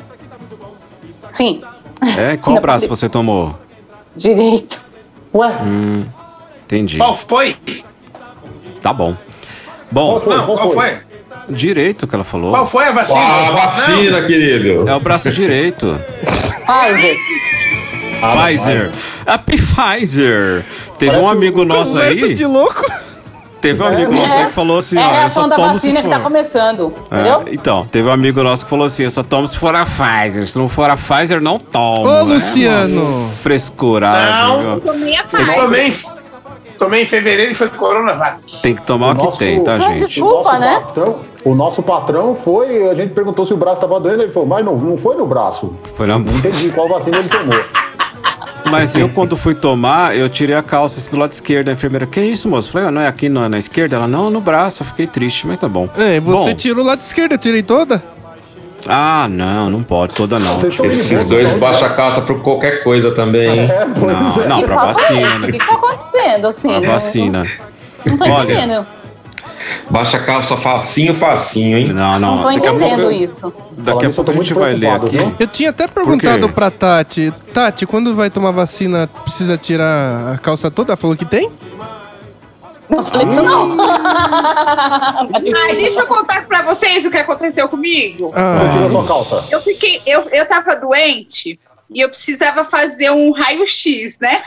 Sim. É? Qual braço você tomou? Direito. Ué? Hum, entendi. Qual foi? Tá bom. Bom, Qual foi? Não, Qual qual foi? foi? direito que ela falou. Qual foi a vacina? Ah, a vacina, Não. querido. É o braço direito. Pfizer. Ah, Pfizer. A Pfizer. Teve um amigo nosso Conversa aí. de louco. Teve um amigo nosso aí que falou assim, É a ó, eu só reação da tomo se vacina for. que tá começando, É, entendeu? então, teve um amigo nosso que falou assim, eu só tomo se for a Pfizer. Se não for a Pfizer, não tomo. Ô, É Luciano. uma frescuragem. Não. viu? Tomei a Eu Pfizer. tomei, tomei em fevereiro e foi Coronavac. Tem que tomar o, O que nosso- tem, tá, Ah, gente? desculpa, o nosso né? Patrão, o nosso patrão foi, a gente perguntou se o braço tava doendo, ele falou, mas não, não foi no braço. Foi na... Não entendi qual vacina ele tomou. Mas eu, quando fui tomar, eu tirei a calça assim, do lado esquerdo. A enfermeira, que isso, moço? Eu falei, ah, não é aqui na, na esquerda? Ela, não, no braço. Eu fiquei triste, mas tá bom. É, você Bom. tirou o lado esquerdo, eu tirei toda. Ah, não, não pode, toda não. Vocês estão Esses dois baixam a calça pra qualquer coisa também, hein? É, pois Não, é. não, Que pra papo é vacina, esse? O né? que tá acontecendo, assim? Pra Não- vacina. Não tô Olha. entendendo. Baixa a calça facinho, facinho, hein? Não, Não, não. tô daqui a entendendo pouco, isso. Daqui Falando a isso, eu pouco a tô gente muito vai ler preocupado, aqui. viu? Eu tinha até perguntado quê? pra Tati, Tati, quando vai tomar vacina, precisa tirar a calça toda? Ela falou que tem? Não falei isso, não. Ai, deixa eu contar pra vocês o que aconteceu comigo. Não tirou Ah, sua calça. Eu fiquei, eu, eu tava doente e eu precisava fazer um raio-x, né?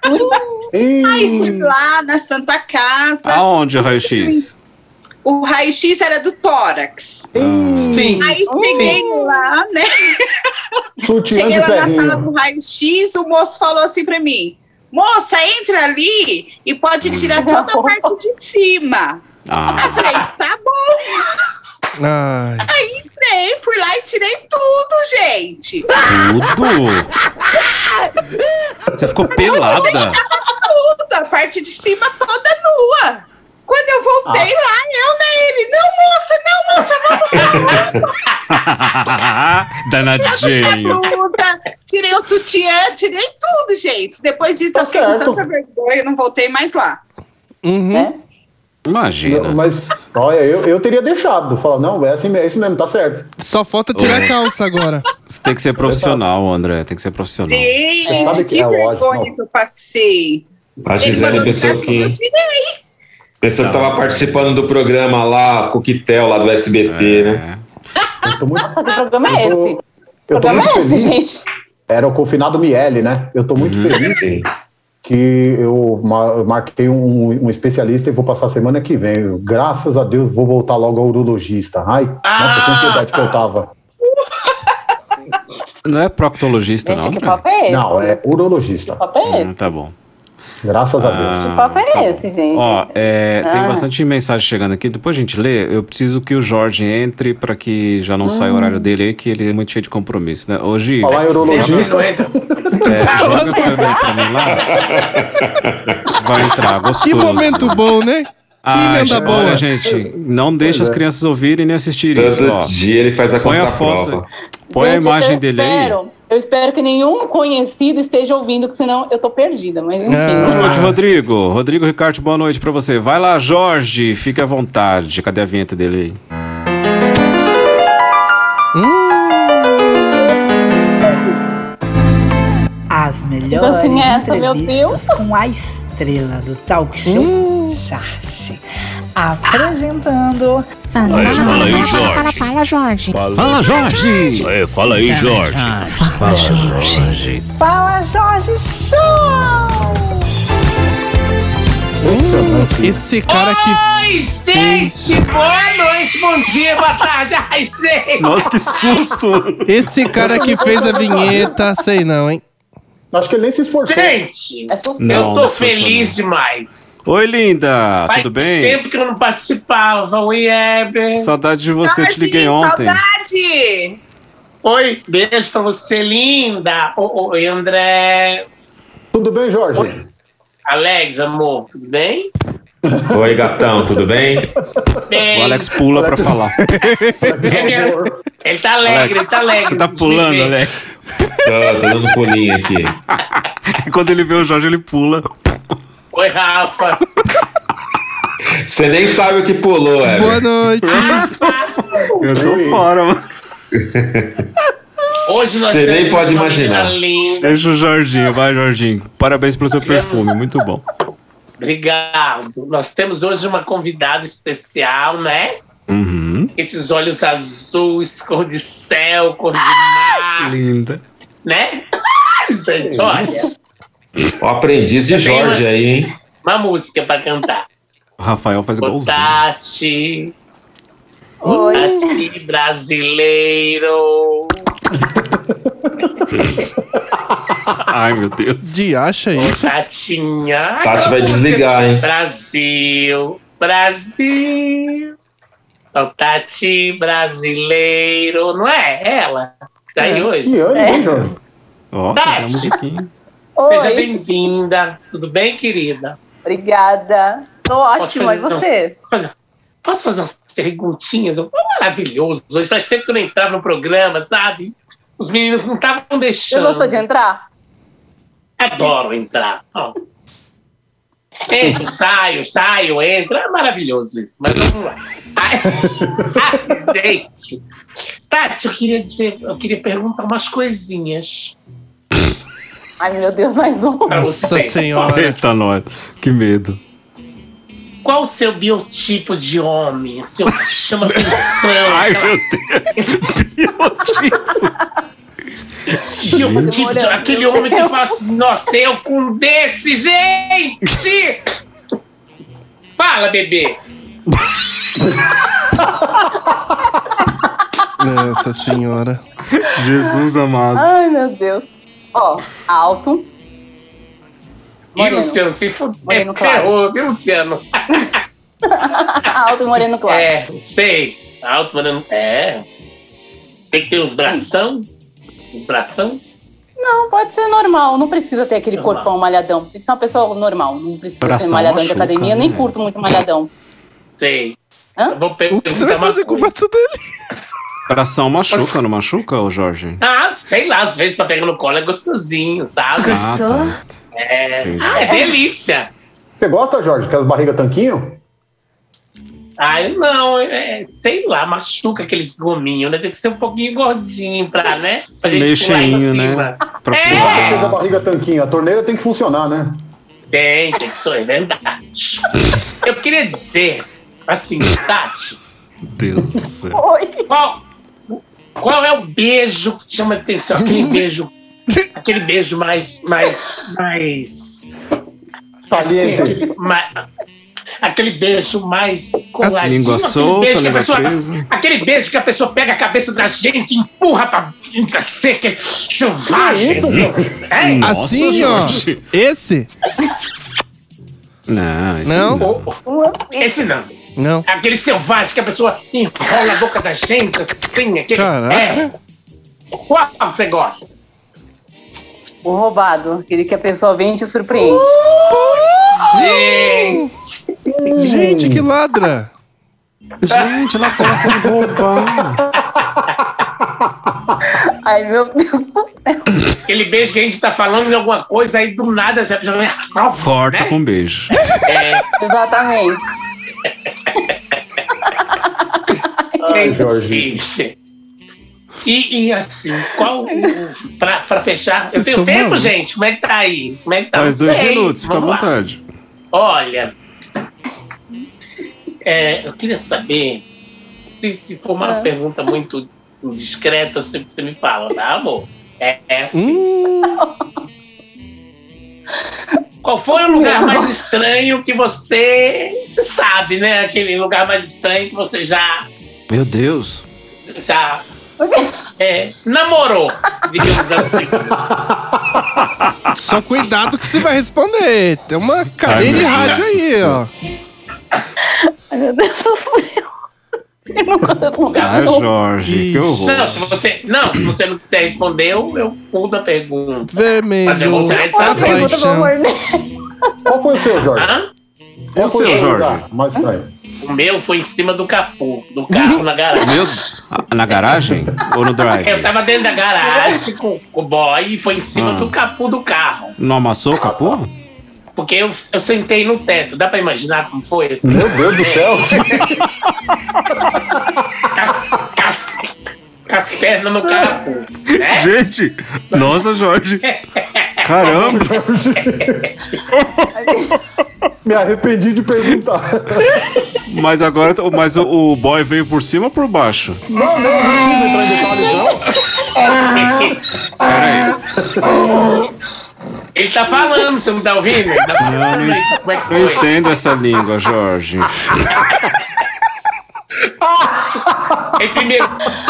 Aí fui lá na Santa Casa. Aonde o raio-x? O raio-x era do tórax. Sim. Aí cheguei lá, né? Sutiã Cheguei de lá na sala ferrinho. do raio-x, o moço falou assim pra mim: moça, entra ali e pode tirar toda a parte de cima. Ah, Eu falei, tá bom. ai. Aí entrei, fui lá e tirei tudo, gente. tudo? Você ficou pelada? Tudo, a parte de cima toda nua. Quando eu voltei lá, eu na ele, não, moça, não, moça, vamos. Danadinho. Blusa, tirei o sutiã, tirei tudo, gente. Depois disso, Tá eu fiquei certo. com tanta vergonha, eu não voltei mais lá. Uhum. Né? Imagina. Mas, olha, eu, eu teria deixado. Falar, não, é assim, é isso mesmo, tá certo. Só falta tirar a calça agora. Você tem que ser profissional, André. Tem que ser profissional. Gente, Sabe que que é lógico, vergonha não. que eu passei. A Ele Gisele mandou pensou tirar tudo, eu que, tirei. pensou que tava participando do programa lá, Coquetel, lá do S B T, né? Eu tô muito, Nossa, que programa é eu tô- esse? eu Que tô programa muito é esse, feliz. gente? Era o confinado Miele, né? Eu tô muito feliz Sim. que eu ma- marquei um, um especialista e vou passar semana que vem. Eu, graças a Deus, vou voltar logo ao urologista. Ai, nossa, que ansiedade que eu tava. Não é proctologista, Gente, não, que André? papo é esse? Não, é urologista. Que papo é esse? Hum, tá bom. Graças a Deus. Ah, Que papo é tá bom. esse, gente? Ó, é, tem Ah. bastante mensagem chegando aqui. Depois a gente lê. Eu preciso que o Jorge entre pra que já não saia o horário dele aí, que ele é muito cheio de compromisso, né? Hoje, Falar em Sempre urologista. não entra. é, joga a câmera aí pra mim lá. Vai entrar, gostoso. Que momento bom, né? Que Ah, emenda gente, boa. olha, gente, não deixa Pois as é. crianças ouvirem nem assistirem isso, ó. Todo dia ele faz a Põe a contraprova. foto, põe Gente, a imagem eu dele aí. espero, Eu espero que nenhum conhecido esteja ouvindo, que senão eu tô perdida, mas enfim. Ah. Boa noite, Rodrigo. Rodrigo Ricardo, boa noite pra você. Vai lá, Jorge, fique à vontade. Cadê a vinheta dele aí? As melhores Assim é essa, meu entrevistas com a estrela do talk show Charge. Apresentando... Fala, Mas fala aí, Jorge. Fala, fala, Jorge. Fala, Jorge. É, fala aí, Jorge. Fala, Jorge. Fala, Jorge Show! Esse cara que Oi, gente! Boa noite, bom dia, boa tarde, ai, gente! Nossa, que susto! Esse cara que fez a vinheta, sei não, hein? Acho que ele nem se esforçou. Gente, Não, eu tô não se esforçou, feliz demais. Oi, linda. Faz Tudo bem? tempo que eu não participava. Oi, Heber. Saudade de você, te liguei Jorginho, ontem. Saudade! Oi, beijo pra você, linda. O- Oi, André. Tudo bem, Jorge? Oi. Alex, amor, tudo bem? Oi, gatão, tudo bem? Bem. O Alex pula pra falar. É minha- Ele tá alegre, Alex, ele tá alegre. Você tá de me pulando, ver. Alex. Tô, tô dando pulinho aqui. E quando ele vê o Jorge, ele pula. Oi, Rafa. Você nem sabe o que pulou, Heber. Boa noite. Eu tô fora, mano. Hoje nós Você nem temos pode uma imaginar. menina linda. Deixa o Jorginho, vai, Jorginho. Parabéns pelo seu perfume, muito bom. Obrigado. Nós temos hoje uma convidada especial, né? Uhum. Esses olhos azuis, cor de céu, cor de mar, Linda. né? Gente, olha. O aprendiz de Eu tenho Jorge uma- aí, hein? Uma música pra cantar. O Rafael faz Ô, igualzinho. Tati. Oi. Tati brasileiro. Ai, meu Deus. De acha Ô, isso? Tatinha. Tati vai desligar, hein? Brasil, Brasil. Ô, Tati brasileiro. Não é ela? Que tá aí É. hoje? Que ano, hein, Jorge? Ó, Tati. tem uma musiquinha. Seja Oi. bem-vinda. Tudo bem, querida? Obrigada. Tô Posso ótima, e fazer- você? Posso fazer, posso fazer umas perguntinhas? Oh, maravilhoso. Hoje faz tempo que eu não entrava no programa, sabe? Os meninos não estavam Você deixando. gostou de entrar? Adoro entrar. Ó. Entro, saio, saio, entro. É maravilhoso isso. Mas vamos lá. Ai, ai, gente. Tati, eu queria dizer, eu queria perguntar umas coisinhas Ai, meu Deus, mais um. pra Nossa você. senhora. Eita, nós. Que medo. Qual o seu biotipo de homem? Seu chama atenção. Ai, aquela- meu Deus. Biotipo de- Demorando. aquele homem que fala assim, nossa, eu com desse, gente! Fala, bebê. Nossa senhora. Jesus amado. Ai, meu Deus. Ó, alto. E Moreno. Luciano, se for... Moreno é, claro. ferrou, viu, Luciano? Alto e moreno claro. É, sei. Alto, moreno. É. Tem que ter uns bração. Uns bração. Não, pode ser normal. Não precisa ter aquele Normal. corpão malhadão. Tem que ser uma pessoa normal. Não precisa Bração ser malhadão de machuca, academia. né? Nem curto muito malhadão. Sei. Hã? Eu vou O que você vai perguntar uma fazer com o coisa. braço dele? Coração machuca, não machuca, ô Jorge? Ah, sei lá, às vezes pra pegar no colo é gostosinho, sabe? Ah, tá. É, Entendi. ah, é delícia. Você gosta, Jorge? Aquelas barriga tanquinho? Ai, não, é, sei lá, machuca aqueles gominhos, né? Tem que ser um pouquinho gordinho pra, né? Pra gente Meio pular aí pra cheinho, cima. né? Pra É. Você da pular. barriga tanquinho. A torneira tem que funcionar, né? Tem, tem que ser, é verdade. Eu queria dizer, assim, Tati, Deus do céu. Oi. qual, qual é o beijo que te chama a atenção? Aquele beijo, aquele beijo mais, mais, mais... Caliente. aquele, mais- aquele beijo mais coladinho. Língua aquele solta, beijo que a língua pessoa- presa. Aquele beijo que a pessoa pega a cabeça da gente e empurra pra ser que selvagem. Que isso, assim. É? Nossa, Assim, ó. Jorge. Esse? Não, esse Não? não. Esse não. Não. Aquele selvagem que a pessoa enrola a boca da gente, assim, aquele. Caraca. É. Qual que você gosta? O roubado. Aquele que a pessoa vem e te surpreende. Gente! Gente, que ladra. Gente, ela gosta de roubar. Ai, meu Deus do céu. Aquele beijo que a gente tá falando de alguma coisa, aí do nada você já vem. Corta né? com um beijo. É, Exatamente. Ai, Jorge. existe. E, e assim, qual. o- Pra, pra fechar. Vocês Eu tenho são tempo, malucos. gente? Como é que tá aí? Como é que tá? Faz Não dois sei. minutos, fica à Vamos lá. vontade. Olha, é, eu queria saber, se, se for uma Ah. pergunta muito indiscreta, você, você me fala, tá, amor? É, é assim. Hum, Qual foi o lugar mais estranho que você... Você sabe, né? Aquele lugar mais estranho que você já... Meu Deus. já é, namorou, digamos assim. Só cuidado que você vai responder. Tem uma cadeia Ai, de meu rádio Deus aí, do ó. Ai, meu Deus do céu. Eu não vou responder. Ah, Jorge, que horror. Não, se você não, se você não quiser responder, eu, eu mudo a pergunta. Vermelho, Mas eu gostaria de a saber. paixão. Qual foi o seu, Jorge? Hã? Qual o foi seu, o Jorge? lugar mais estranho? O meu foi em cima do capô, do carro na garagem. Meu, na garagem ou no drive? Eu tava dentro da garagem com, com o boy e foi em cima Ah. do capô do carro. Não amassou o capô? Porque eu, eu sentei no teto. Dá pra imaginar como foi? Assim? Meu Deus do céu! Com as pernas no capô. Né? Gente, nossa, Jorge. Caramba. Me arrependi de perguntar. Mas agora, mas o, o boy veio por cima ou por baixo? Não, não, não precisa entrar em detalhes, não. Peraí. Ele tá falando, você não tá ouvindo? Ele tá falando aí, como é que Eu foi? entendo essa língua, Jorge. Ele primeiro.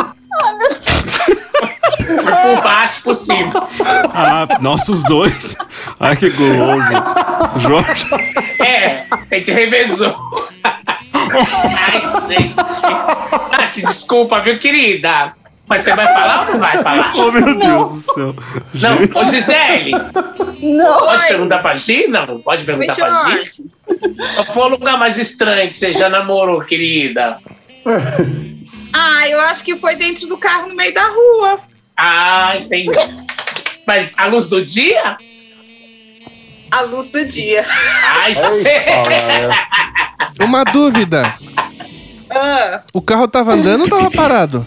Foi por baixo e por cima. Ah, nossa, os dois. Ai, que guloso. Jorge. É, a gente revezou. Ai, gente. Ah, te desculpa, viu, querida? Mas você vai falar ou não vai falar? Oh, meu Deus do céu. Não, Gente. ô Gisele. Não. Pode perguntar pra Gi? Não, pode perguntar Oi, pra Gi? Jorge. Qual foi o lugar mais estranho que você já namorou, querida? Ah, eu acho que foi dentro do carro no meio da rua. Ah, entendi. Mas a luz do dia? A luz do dia. Ai, sei. Uma dúvida. Ah, O carro tava andando ou tava parado?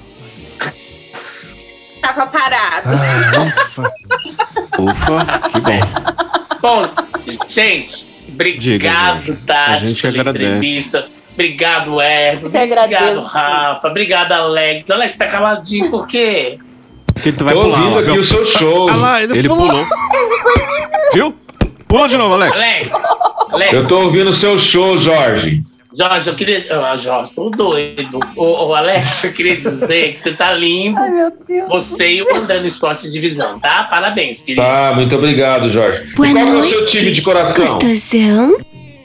tava parado. Ah, ufa. Ufa, que bom. Bom, gente, obrigado, Diga, Jorge. Tati, A gente que pela agradece. entrevista. Obrigado, Herbo. que Obrigado, agradeço. Rafa. Obrigado, Alex. Alex, tá caladinho por quê? Que ele vai Tô pular. ouvindo ó, aqui viu? o seu show. Ah lá, ele, Ele pulou. pulou. Viu? Pula de novo, Alex. Alex, Alex. Eu tô ouvindo o seu show, Jorge. Jorge, eu queria... Ah, Jorge, tô doido. Ô, ô, Alex, eu queria dizer que você tá lindo. Ai, meu Deus. Você e o Andando Esporte Divisão, tá? Parabéns, querido. Tá, muito obrigado, Jorge. Boa e qual que é o noite, seu time de coração? Gostosão.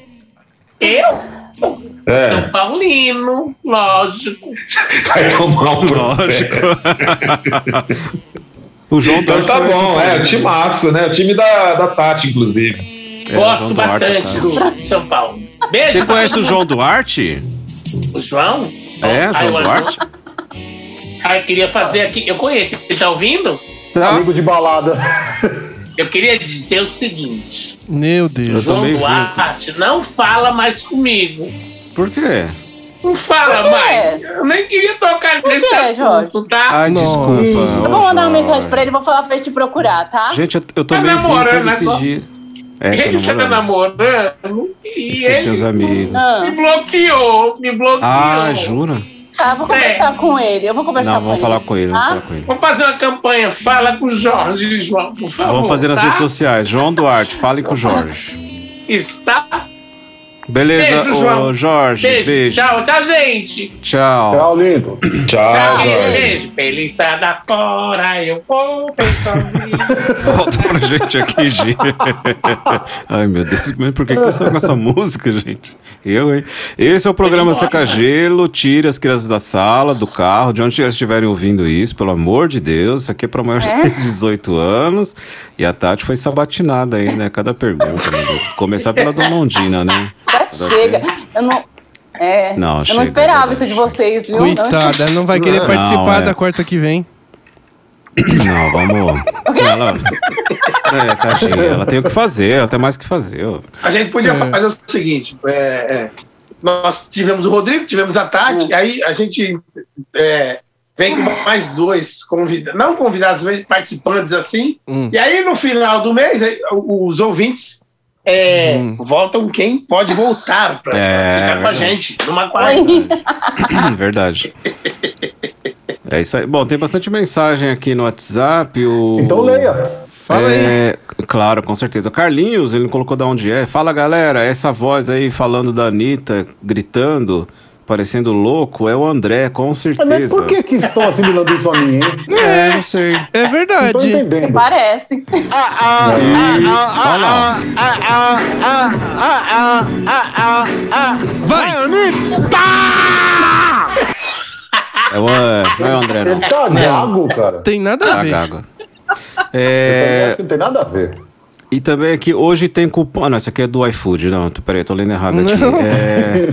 Eu? É, São Paulino, lógico. vai tomar um Lógico. processo. O João Então Duarte tá também bom, São é, o Paulo. time massa, né? O time da, da Tati, inclusive. É, o Gosto João Duarte, bastante tá. do São Paulo. Beijo. Você pra conhece todo o João mundo. Duarte? O João? É, Ah, João eu acho- Duarte? Ah, eu queria fazer aqui. Eu conheço. Ele tá ouvindo? Tá. Amigo de balada. Eu queria dizer o seguinte: Meu Eu Deus. João também vi. Duarte não fala mais comigo. Por quê? Não fala Por quê? mais. Eu nem queria tocar nesse quê, assunto, Jorge? tá? Ai, Nossa. desculpa. Eu vou ô, mandar uma Jorge. mensagem pra ele e vou falar pra ele te procurar, tá? Gente, eu, eu Tá também vi namorando ele esses agora. dias. É, tá Ele tá namorando. namorando e Esqueci ele os amigos. Ah, me bloqueou, me bloqueou. Ah, jura? tá, vou conversar com ele. Eu vou conversar Não, com vamos ele. falar com ele, vamos tá? falar com ele. Vamos fazer uma campanha. Fala com o Jorge, João, por favor. Vamos fazer nas tá? redes sociais. João Duarte, fale com o Jorge. Está. Beleza, Beijo, ô João. Jorge, Beijo. beijo. Tchau, tchau, gente. Tchau. Tchau, lindo. Tchau, Jorge. Beijo. Felicidade fora, eu vou pensar. Volta pra gente aqui, Gi. Ai, meu Deus, mas por que que você com essa música, gente? Eu, hein? Esse é o programa Seca Gelo. Tire as crianças da sala, do carro, de onde elas estiverem ouvindo isso, pelo amor de Deus. Isso aqui é pra maiores de dezoito anos. E a Tati foi sabatinada aí, né? Cada pergunta. Né? Começar pela Dona Ondina, né? Já chega. Eu não. É, Não, eu chega, não esperava é isso de vocês, viu? Coitada, ela não vai querer Não, participar é. da quarta que vem. Não, vamos. Ela. É, tadinha, ela tem o que fazer, ela tem mais o que fazer. ó. A gente podia fazer o seguinte: é, é, nós tivemos o Rodrigo, tivemos a Tati, aí a gente é, vem com mais dois convidados, não convidados, mas participantes assim, Hum. e aí no final do mês, aí, os ouvintes é, voltam quem pode voltar para É, ficar com a verdade. gente numa quarta. Verdade. É isso aí. Bom, tem bastante mensagem aqui no WhatsApp. O... Então leia. Fala aí. É, claro, com certeza. O Carlinhos, ele colocou de onde é. Fala, galera, essa voz aí falando da Anitta, gritando, parecendo louco é o André, com Mas certeza. por que que estão assimilando isso a mim, hein? É, não sei. É Não tô verdade. entendendo. Parece. E... Olha lá. Vai! É o, não é o André, não. Ele tá gago, cara. Tem nada a Tá ver. gago. Eu É... acho que não tem nada a ver. E também aqui, hoje tem cupom... Ah, não, isso aqui é do iFood. Não, tô- peraí, tô lendo errado aqui. É...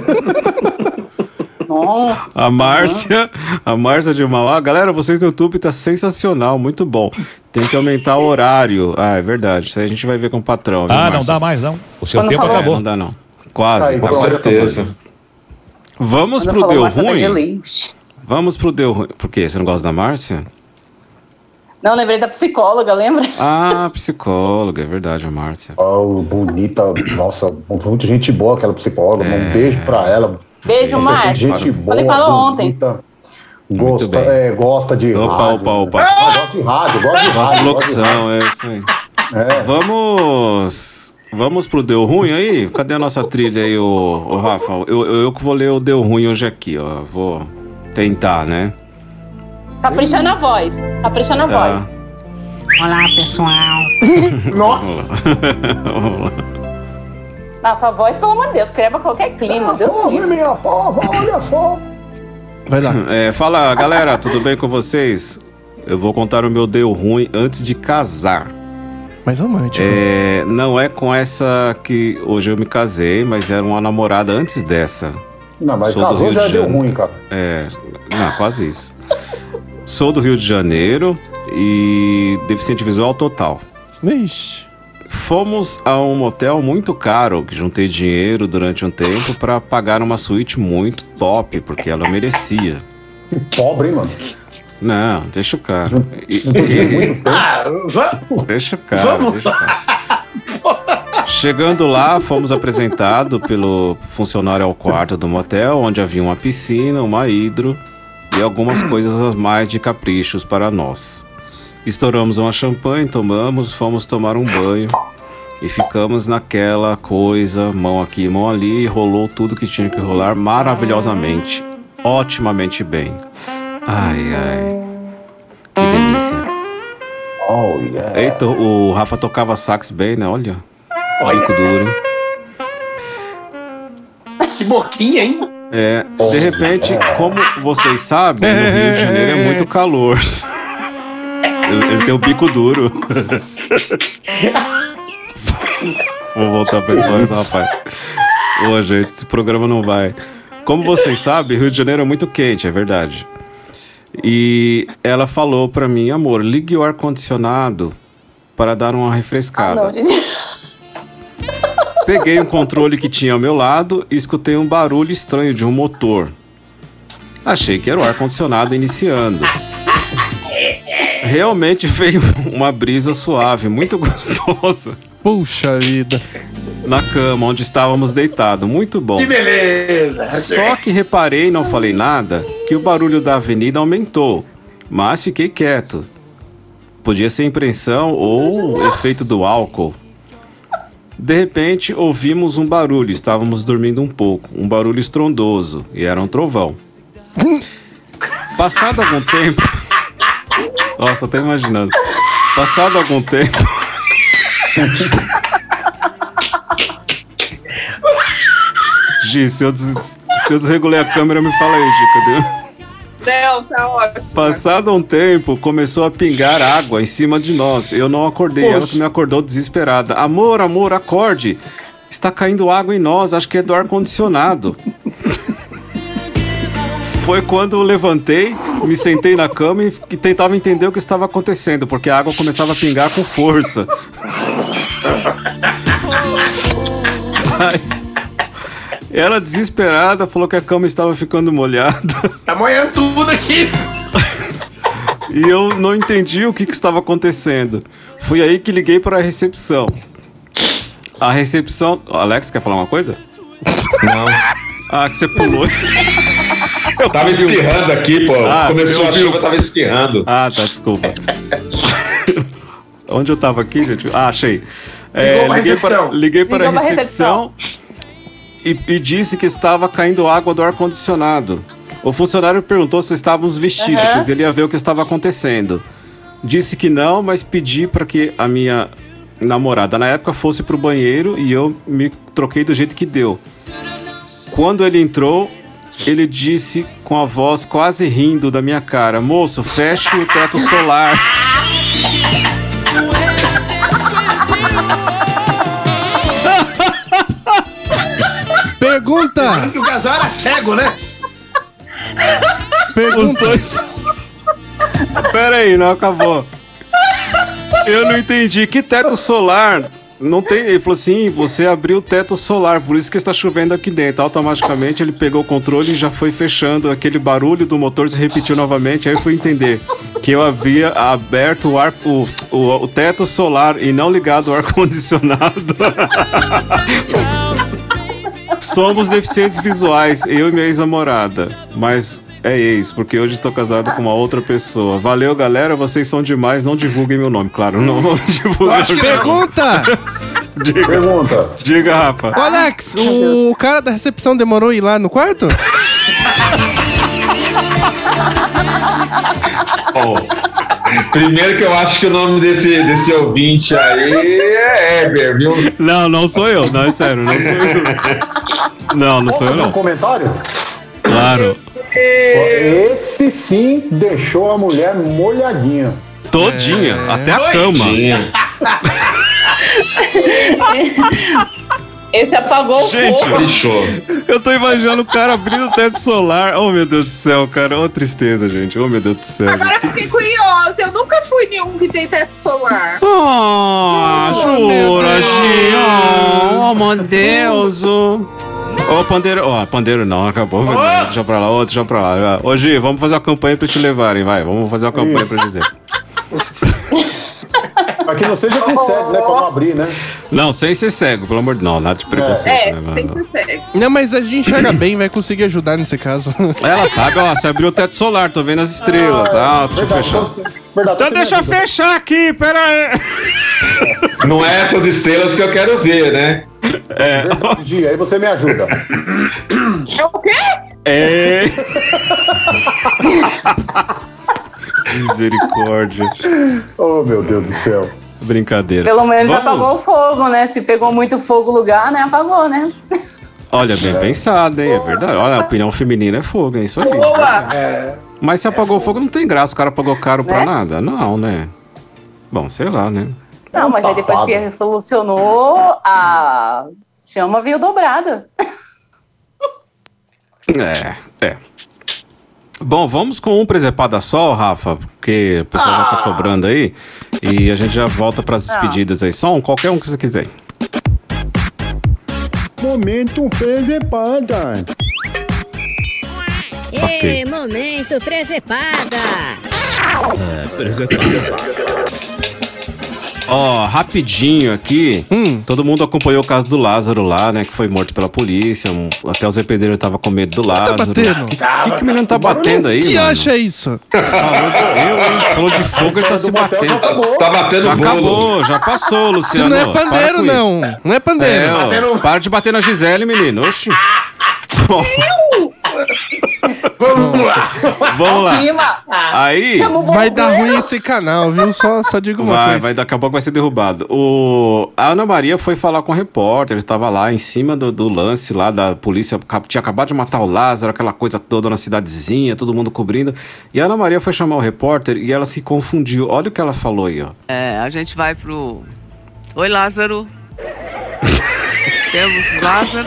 Nossa. A Márcia, a Márcia de Mauá. Galera, vocês no YouTube tá sensacional, muito bom. Tem que aumentar o horário. Ah, é verdade. Isso aí a gente vai ver com o patrão. viu, Ah, não Márcia? dá mais não. O seu Quando tempo falou. É, acabou. não dá não. Quase, Aí, tá Com com quase acabando. certeza. Vamos Quando pro falou Deu Márcia, até Ruim? gelei. Vamos pro Deu Ruim. Por quê? Você não gosta da Márcia? Não, lembrei da psicóloga, lembra? Ah, psicóloga, é verdade, a Márcia. Oh, bonita. Nossa, muita gente boa aquela psicóloga. É. Um beijo pra ela. Beijo, Márcia. Gente boa. Falei com ela ontem. bonita. Muito Gosta, bem. é, gosta de Opa, rádio. opa, opa. Ah, gosta de rádio, gosta de rádio. Gosto de gosta locução, é isso aí. de rádio. É. Vamos. Vamos pro Deu Ruim aí? Cadê a nossa trilha aí, ô, ô Rafa? Eu, eu, eu que vou ler o Deu Ruim hoje aqui, ó. Vou tentar, né? Capricha na voz. Capricha na Tá. voz. Olá, pessoal. Nossa! Vamos lá. Nossa, a voz, pelo amor de Deus, quebra qualquer clima. Deus me Porra, livre. minha porra, olha só. Vai lá. É, fala, galera, tudo bem com vocês? Eu vou contar o meu Deu Ruim antes de casar. Mais romântico. É, não é com essa que hoje eu me casei, mas era uma namorada antes dessa. Não, mas Sou do casou Rio já de deu Janeiro. ruim, cara. É, não, quase isso. Sou do Rio de Janeiro e deficiente visual total. Ixi. Fomos a um motel muito caro, que juntei dinheiro durante um tempo pra pagar uma suíte muito top, porque ela merecia. Pobre, hein, mano? Não, deixa o cara. E- Não tem dinheiro e- muito tempo. Ah, vamos. Deixa o cara, Vamos deixa o cara. Chegando lá, fomos apresentados pelo funcionário ao quarto do motel, onde havia uma piscina, uma hidro e algumas coisas a mais de caprichos para nós. Estouramos uma champanhe, tomamos, fomos tomar um banho e ficamos naquela coisa, mão aqui, mão ali, e rolou tudo que tinha que rolar maravilhosamente, otimamente bem. Ai, ai, que delícia. Oh, yeah. Eita, o Rafa tocava sax bem, né? Olha. Bico duro, hein? Que boquinha, hein? É, de repente, como vocês sabem, no Rio de Janeiro é muito calor. Ele, ele tem o bico duro. Vou voltar pra história do rapaz. Ô, gente, esse programa não vai. Como vocês sabem, Rio de Janeiro é muito quente, é verdade. E ela falou pra mim, amor, ligue o ar-condicionado para dar uma Ah, refrescada. não, gente. Peguei um controle que tinha ao meu lado e escutei um barulho estranho de um motor. Achei que era o ar-condicionado iniciando. Realmente veio uma brisa suave, muito gostosa, Puxa vida. na cama onde estávamos deitados. Muito bom. Que beleza. Só que reparei, não falei nada, que o barulho da avenida aumentou, mas fiquei quieto. Podia ser impressão ou efeito do álcool. De repente, ouvimos um barulho, estávamos dormindo um pouco, um barulho estrondoso, e era um trovão. Passado algum tempo... Nossa, tô imaginando. Passado algum tempo... Gi, se eu, des... se eu desregulei a câmera, me fala aí, Gi, cadê? Não, tá ótimo. Passado um tempo, começou a pingar água em cima de nós. Eu não acordei, ela que me acordou desesperada. Amor, amor, acorde. Está caindo água em nós, acho que é do ar-condicionado. Foi quando eu levantei, me sentei na cama e, e tentava entender o que estava acontecendo, porque a água começava a pingar com força. Ai. Ela, desesperada, falou que a cama estava ficando molhada. Tá molhando tudo aqui. E eu não entendi o que, que estava acontecendo. Foi aí que liguei para a recepção. A recepção... Alex, quer falar uma coisa? Não. Ah, que você pulou. Eu tava espirrando aqui, pô. Ah, Começou eu a vi. chuva, eu tava espirrando. Ah, tá, desculpa. Onde eu tava aqui, gente? Ah, achei. É, Ligou pra liguei para, recepção. liguei para a Ligou pra recepção e, e disse que estava caindo água do ar-condicionado. O funcionário perguntou se estávamos vestidos, Aham. pois ele ia ver o que estava acontecendo. Disse que não, mas pedi para que a minha namorada na época fosse pro banheiro e eu me troquei do jeito que deu. Quando ele entrou, ele disse com a voz quase rindo da minha cara: moço, feche o teto solar. Pergunta! Que o casal era cego, né? Os dois. Pera aí, não acabou. Eu não entendi. Que teto solar? Não tem. Ele falou assim: você abriu o teto solar, por isso que está chovendo aqui dentro. Automaticamente ele pegou o controle e já foi fechando. Aquele barulho do motor se repetiu novamente. Aí eu fui entender que eu havia aberto o, ar, o, o, o teto solar e não ligado o ar-condicionado. Somos deficientes visuais, eu e minha ex-namorada. Mas é ex, porque hoje estou casado com uma outra pessoa. Valeu, galera, vocês são demais. Não divulguem meu nome, claro. Não vou divulgar. Pergunta! Diga. Pergunta. Diga, Rafa. Ô, Alex, o cara da recepção demorou a ir lá no quarto? Bom, primeiro que eu acho que o nome desse, desse ouvinte aí é Heber, viu? Não, não sou eu. Não, é sério, não sou eu. Não, não sou eu, Um não. comentário? Claro. Esse sim deixou a mulher molhadinha. Todinha, até a cama. Esse apagou Gente, o fogo. Fechou. Eu tô imaginando o cara abrindo o teto solar. Oh, meu Deus do céu, cara. Ô, tristeza, gente. Oh, meu Deus do céu. Agora eu fiquei curiosa, eu nunca fui nenhum que tem teto solar. Ah, jura, Gia. Oh, meu Deus. Ô, oh, pandeiro. Ó, oh, pandeiro não, acabou. Oh. Deixa pra lá, outro, deixa pra lá. Ô, Gi, vamos fazer uma campanha pra te levarem, vai. Vamos fazer uma campanha pra dizer. Pra que não seja sem cego, né? Pra não abrir, né? Não, sem ser cego, pelo amor de Deus. Não, nada de preconceito, É, né, mano? tem que ser cego. Não, mas a gente enxerga bem, vai conseguir ajudar nesse caso. Ela sabe, ó, você abriu o teto solar, tô vendo as estrelas. Ah, deixa eu Verdade, fechar. verdade, Então você deixa eu me ajuda. fechar aqui, pera aí. Não é essas estrelas que eu quero ver, né? É. Verdade, Gia, aí você me ajuda. É o quê? É. Misericórdia. Oh, meu Deus do céu. Brincadeira. Pelo menos Vamos- apagou o fogo, né? Se pegou muito fogo o lugar, né? Apagou, né? Olha, bem pensado, hein? É verdade. Olha, a opinião feminina é fogo, é isso aí. Boa! Mas se apagou o fogo, não tem graça. O cara pagou caro pra Né? nada. Não, né? Bom, sei lá, né? Não, mas aí depois que solucionou, a chama veio dobrada. É, é. Bom, vamos com um presepada só, Rafa, porque o pessoal já tá Ah. cobrando aí. E a gente já volta pras Ah. despedidas aí. Só um, qualquer um que você quiser. Momento presepada. Ok. Ê, momento presepada. É, presepada. Ó, rapidinho aqui, todo mundo acompanhou o caso do Lázaro lá, né, que foi morto pela polícia, um- até os repedeiros estavam com medo do Lázaro. batendo? O que, que, que o menino tá batendo aí, Que mano? acha isso? Falou de, eu, hein? Falou de fogo, ele tá se batendo. Tá batendo Já bolo. acabou, já passou, Isso Luciano. não é Para pandeiro, com não. isso. Não é pandeiro. É, ó, Batendo- para de bater na Gisele, menino. Oxi. Bom, Vamos lá. vamos lá. Clima. Aí... Chama o Vai dar bombeiro. ruim esse canal, viu? Só, só digo uma Vai, coisa. vai, daqui a pouco vai ser derrubado. O... A Ana Maria foi falar com o repórter, ele estava lá em cima do, do lance lá da polícia, tinha acabado de matar o Lázaro, aquela coisa toda na cidadezinha, todo mundo cobrindo. E a Ana Maria foi chamar o repórter e ela se confundiu. Olha o que ela falou aí, ó. É, a gente vai pro... Oi, Lázaro. Temos Lázaro.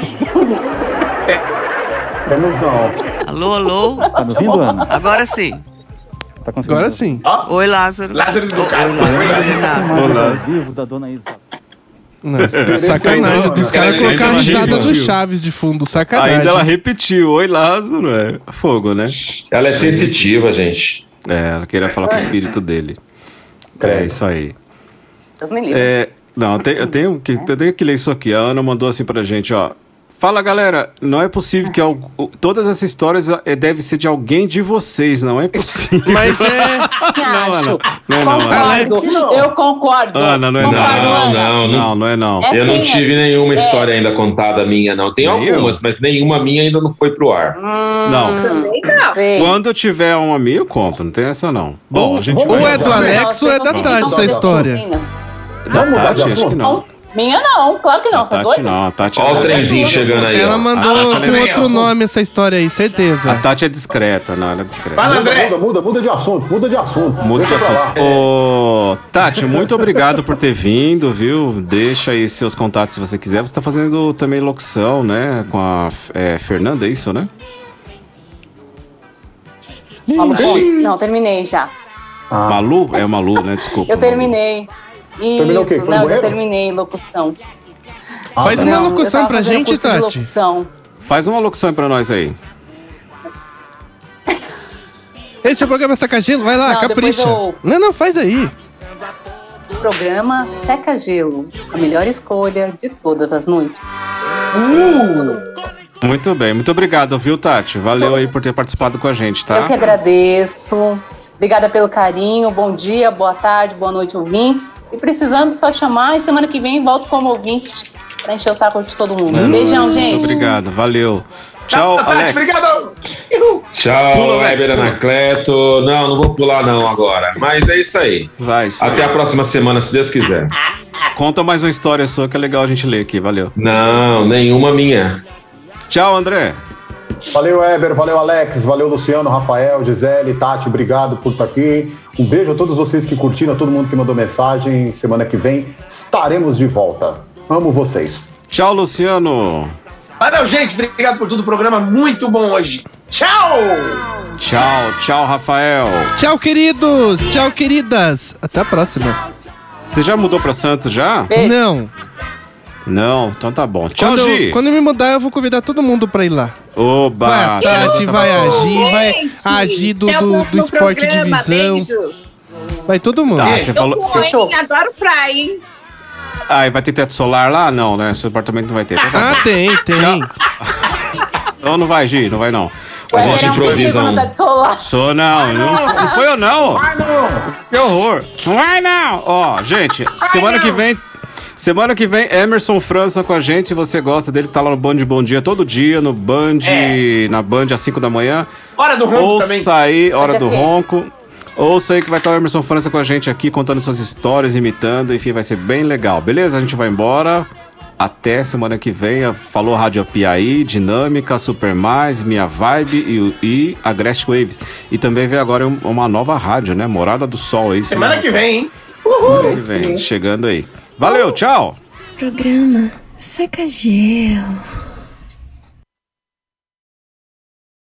Temos não. Alô, alô. Tá me ouvindo, Ana? Agora sim. Tá conseguindo? Agora sim. Oi, Lázaro. Lázaro do carro. Olá. Vivo da dona Isa. Não, sacanagem dos caras colocar a risada do Chaves de fundo, sacanagem. Ainda ela repetiu, oi Lázaro, é fogo, né? Ela é sensitiva, gente. É, ela queria falar com o espírito dele. É isso aí. Deus me livre. É, não, eu tenho, eu, tenho que, eu tenho que ler isso aqui. A Ana mandou assim pra gente, ó. Fala, galera, não é possível que al- todas essas histórias eh, devem ser de alguém de vocês, não é possível. Mas é... Não, Ana, não é não, Ana. Concordo, eu concordo. Ana, não é Concordo, não. Ana. Não, Não, não é não. É Eu não sim, tive é- nenhuma é. história ainda contada minha, não. Tem Nem algumas, mas nenhuma minha ainda não foi pro ar. Não. Também não. Sim. Quando eu tiver uma minha, eu conto, não tem essa não. Bom, a gente vamos- vai... Ou é do Não, Alex ou é da Não, Tati não, essa não, história. não. Da Vamos mudar de Tati, acho assunto? que não. Minha não, claro que não, A você é Tati doido? não, a Tati Olha o é... trenzinho chegando aí, Ela ó. mandou A Tati com é outro nome essa história aí, A certeza. Tati é discreta, não, ela é discreta. Fala, Muda, André. muda, muda, muda de assunto, muda de assunto. Muda de Deixa pra assunto. lá. Ô, Tati, muito obrigado por ter vindo, viu? Deixa aí seus contatos se você quiser. Você tá fazendo também locução, né? Com a é, Fernanda, é isso, né? Malu Pontes? Não, terminei já. Ah, Malu? É Malu, né? Desculpa. Eu terminei. Isso, Terminou o quê? Foi no não, eu banheiro? terminei locução. Faz uma Não, eu locução tava pra fazendo gente, curso de Tati. locução. Faz uma locução aí pra nós aí. Esse é o programa Sacagelo, vai lá, Não, depois capricha. eu- Não, não, faz aí. Programa Seca Gelo, a melhor escolha de todas as noites. Muito bem, muito obrigado, viu, Tati? Valeu aí por ter participado com a gente, Eu que tá? agradeço. Obrigada pelo carinho. Bom dia, boa tarde, boa noite, ouvintes. E precisando só chamar, e semana que vem volto como ouvinte pra encher o saco de todo mundo. É Beijão, nóis, gente. Muito obrigado, valeu. Tchau, Tati, Alex. obrigado. Tchau, Pula, Alex, Weber pula. Anacleto. Não, não vou pular não agora. Mas é isso aí. Vai, isso Até aí. a próxima semana, se Deus quiser. Conta mais uma história sua que é legal a gente ler aqui, valeu. Não, nenhuma minha. Tchau, André. Valeu, Weber, valeu, Alex, valeu, Luciano, Rafael, Gisele, Tati, obrigado por estar aqui. Um beijo a todos vocês que curtiram, a todo mundo que mandou mensagem. Semana que vem estaremos de volta. Amo vocês. Tchau, Luciano. Valeu, gente. Obrigado por tudo. Programa muito bom hoje. Tchau! Tchau, tchau, Rafael. Tchau, queridos. Tchau, queridas. Até a próxima. Você já mudou pra Santos já? Beijo. Não. Não, então tá bom. Tchau, Quando Gi. eu, quando eu me mudar, eu vou convidar todo mundo pra ir lá. Oba. Vai a Tati, tá vai bom. agir, vai Gente, agir do, até o do, do próximo esporte de programa, divisão. beijo. Vai todo mundo. Tá, você Eu falou. vou, Você... Fechou. hein? Adoro praia, hein? Ah, e vai ter teto solar lá? Não, né? Seu apartamento não vai ter. Então tá Ah, tem, tem. bom. Não, não vai, Gi, não vai não. O A Weber gente é um improvisa perigo um. no teto solar. Sou não, não, não foi eu não. Que horror. Não vai não. Ó, gente, semana que vem, semana que vem, Emerson França com a gente. Se você gosta dele, que tá lá no Band Bom Dia todo dia, no Band, É. na Band às cinco da manhã. Hora do ronco também. Ouça aí, Hora Band do F M. Ronco. Ouça aí que vai estar o Emerson França com a gente aqui, contando suas histórias, imitando. Enfim, vai ser bem legal. Beleza? A gente vai embora. Até semana que vem. Falou Rádio Apiaí, Dinâmica, Super Mais, Minha Vibe e, e Agreste Waves. E também vem agora um- uma nova rádio, né? Morada do Sol, é isso? Semana né? que vem, hein? Semana que vem, chegando aí. Valeu, tchau! Programa Seca Gelo.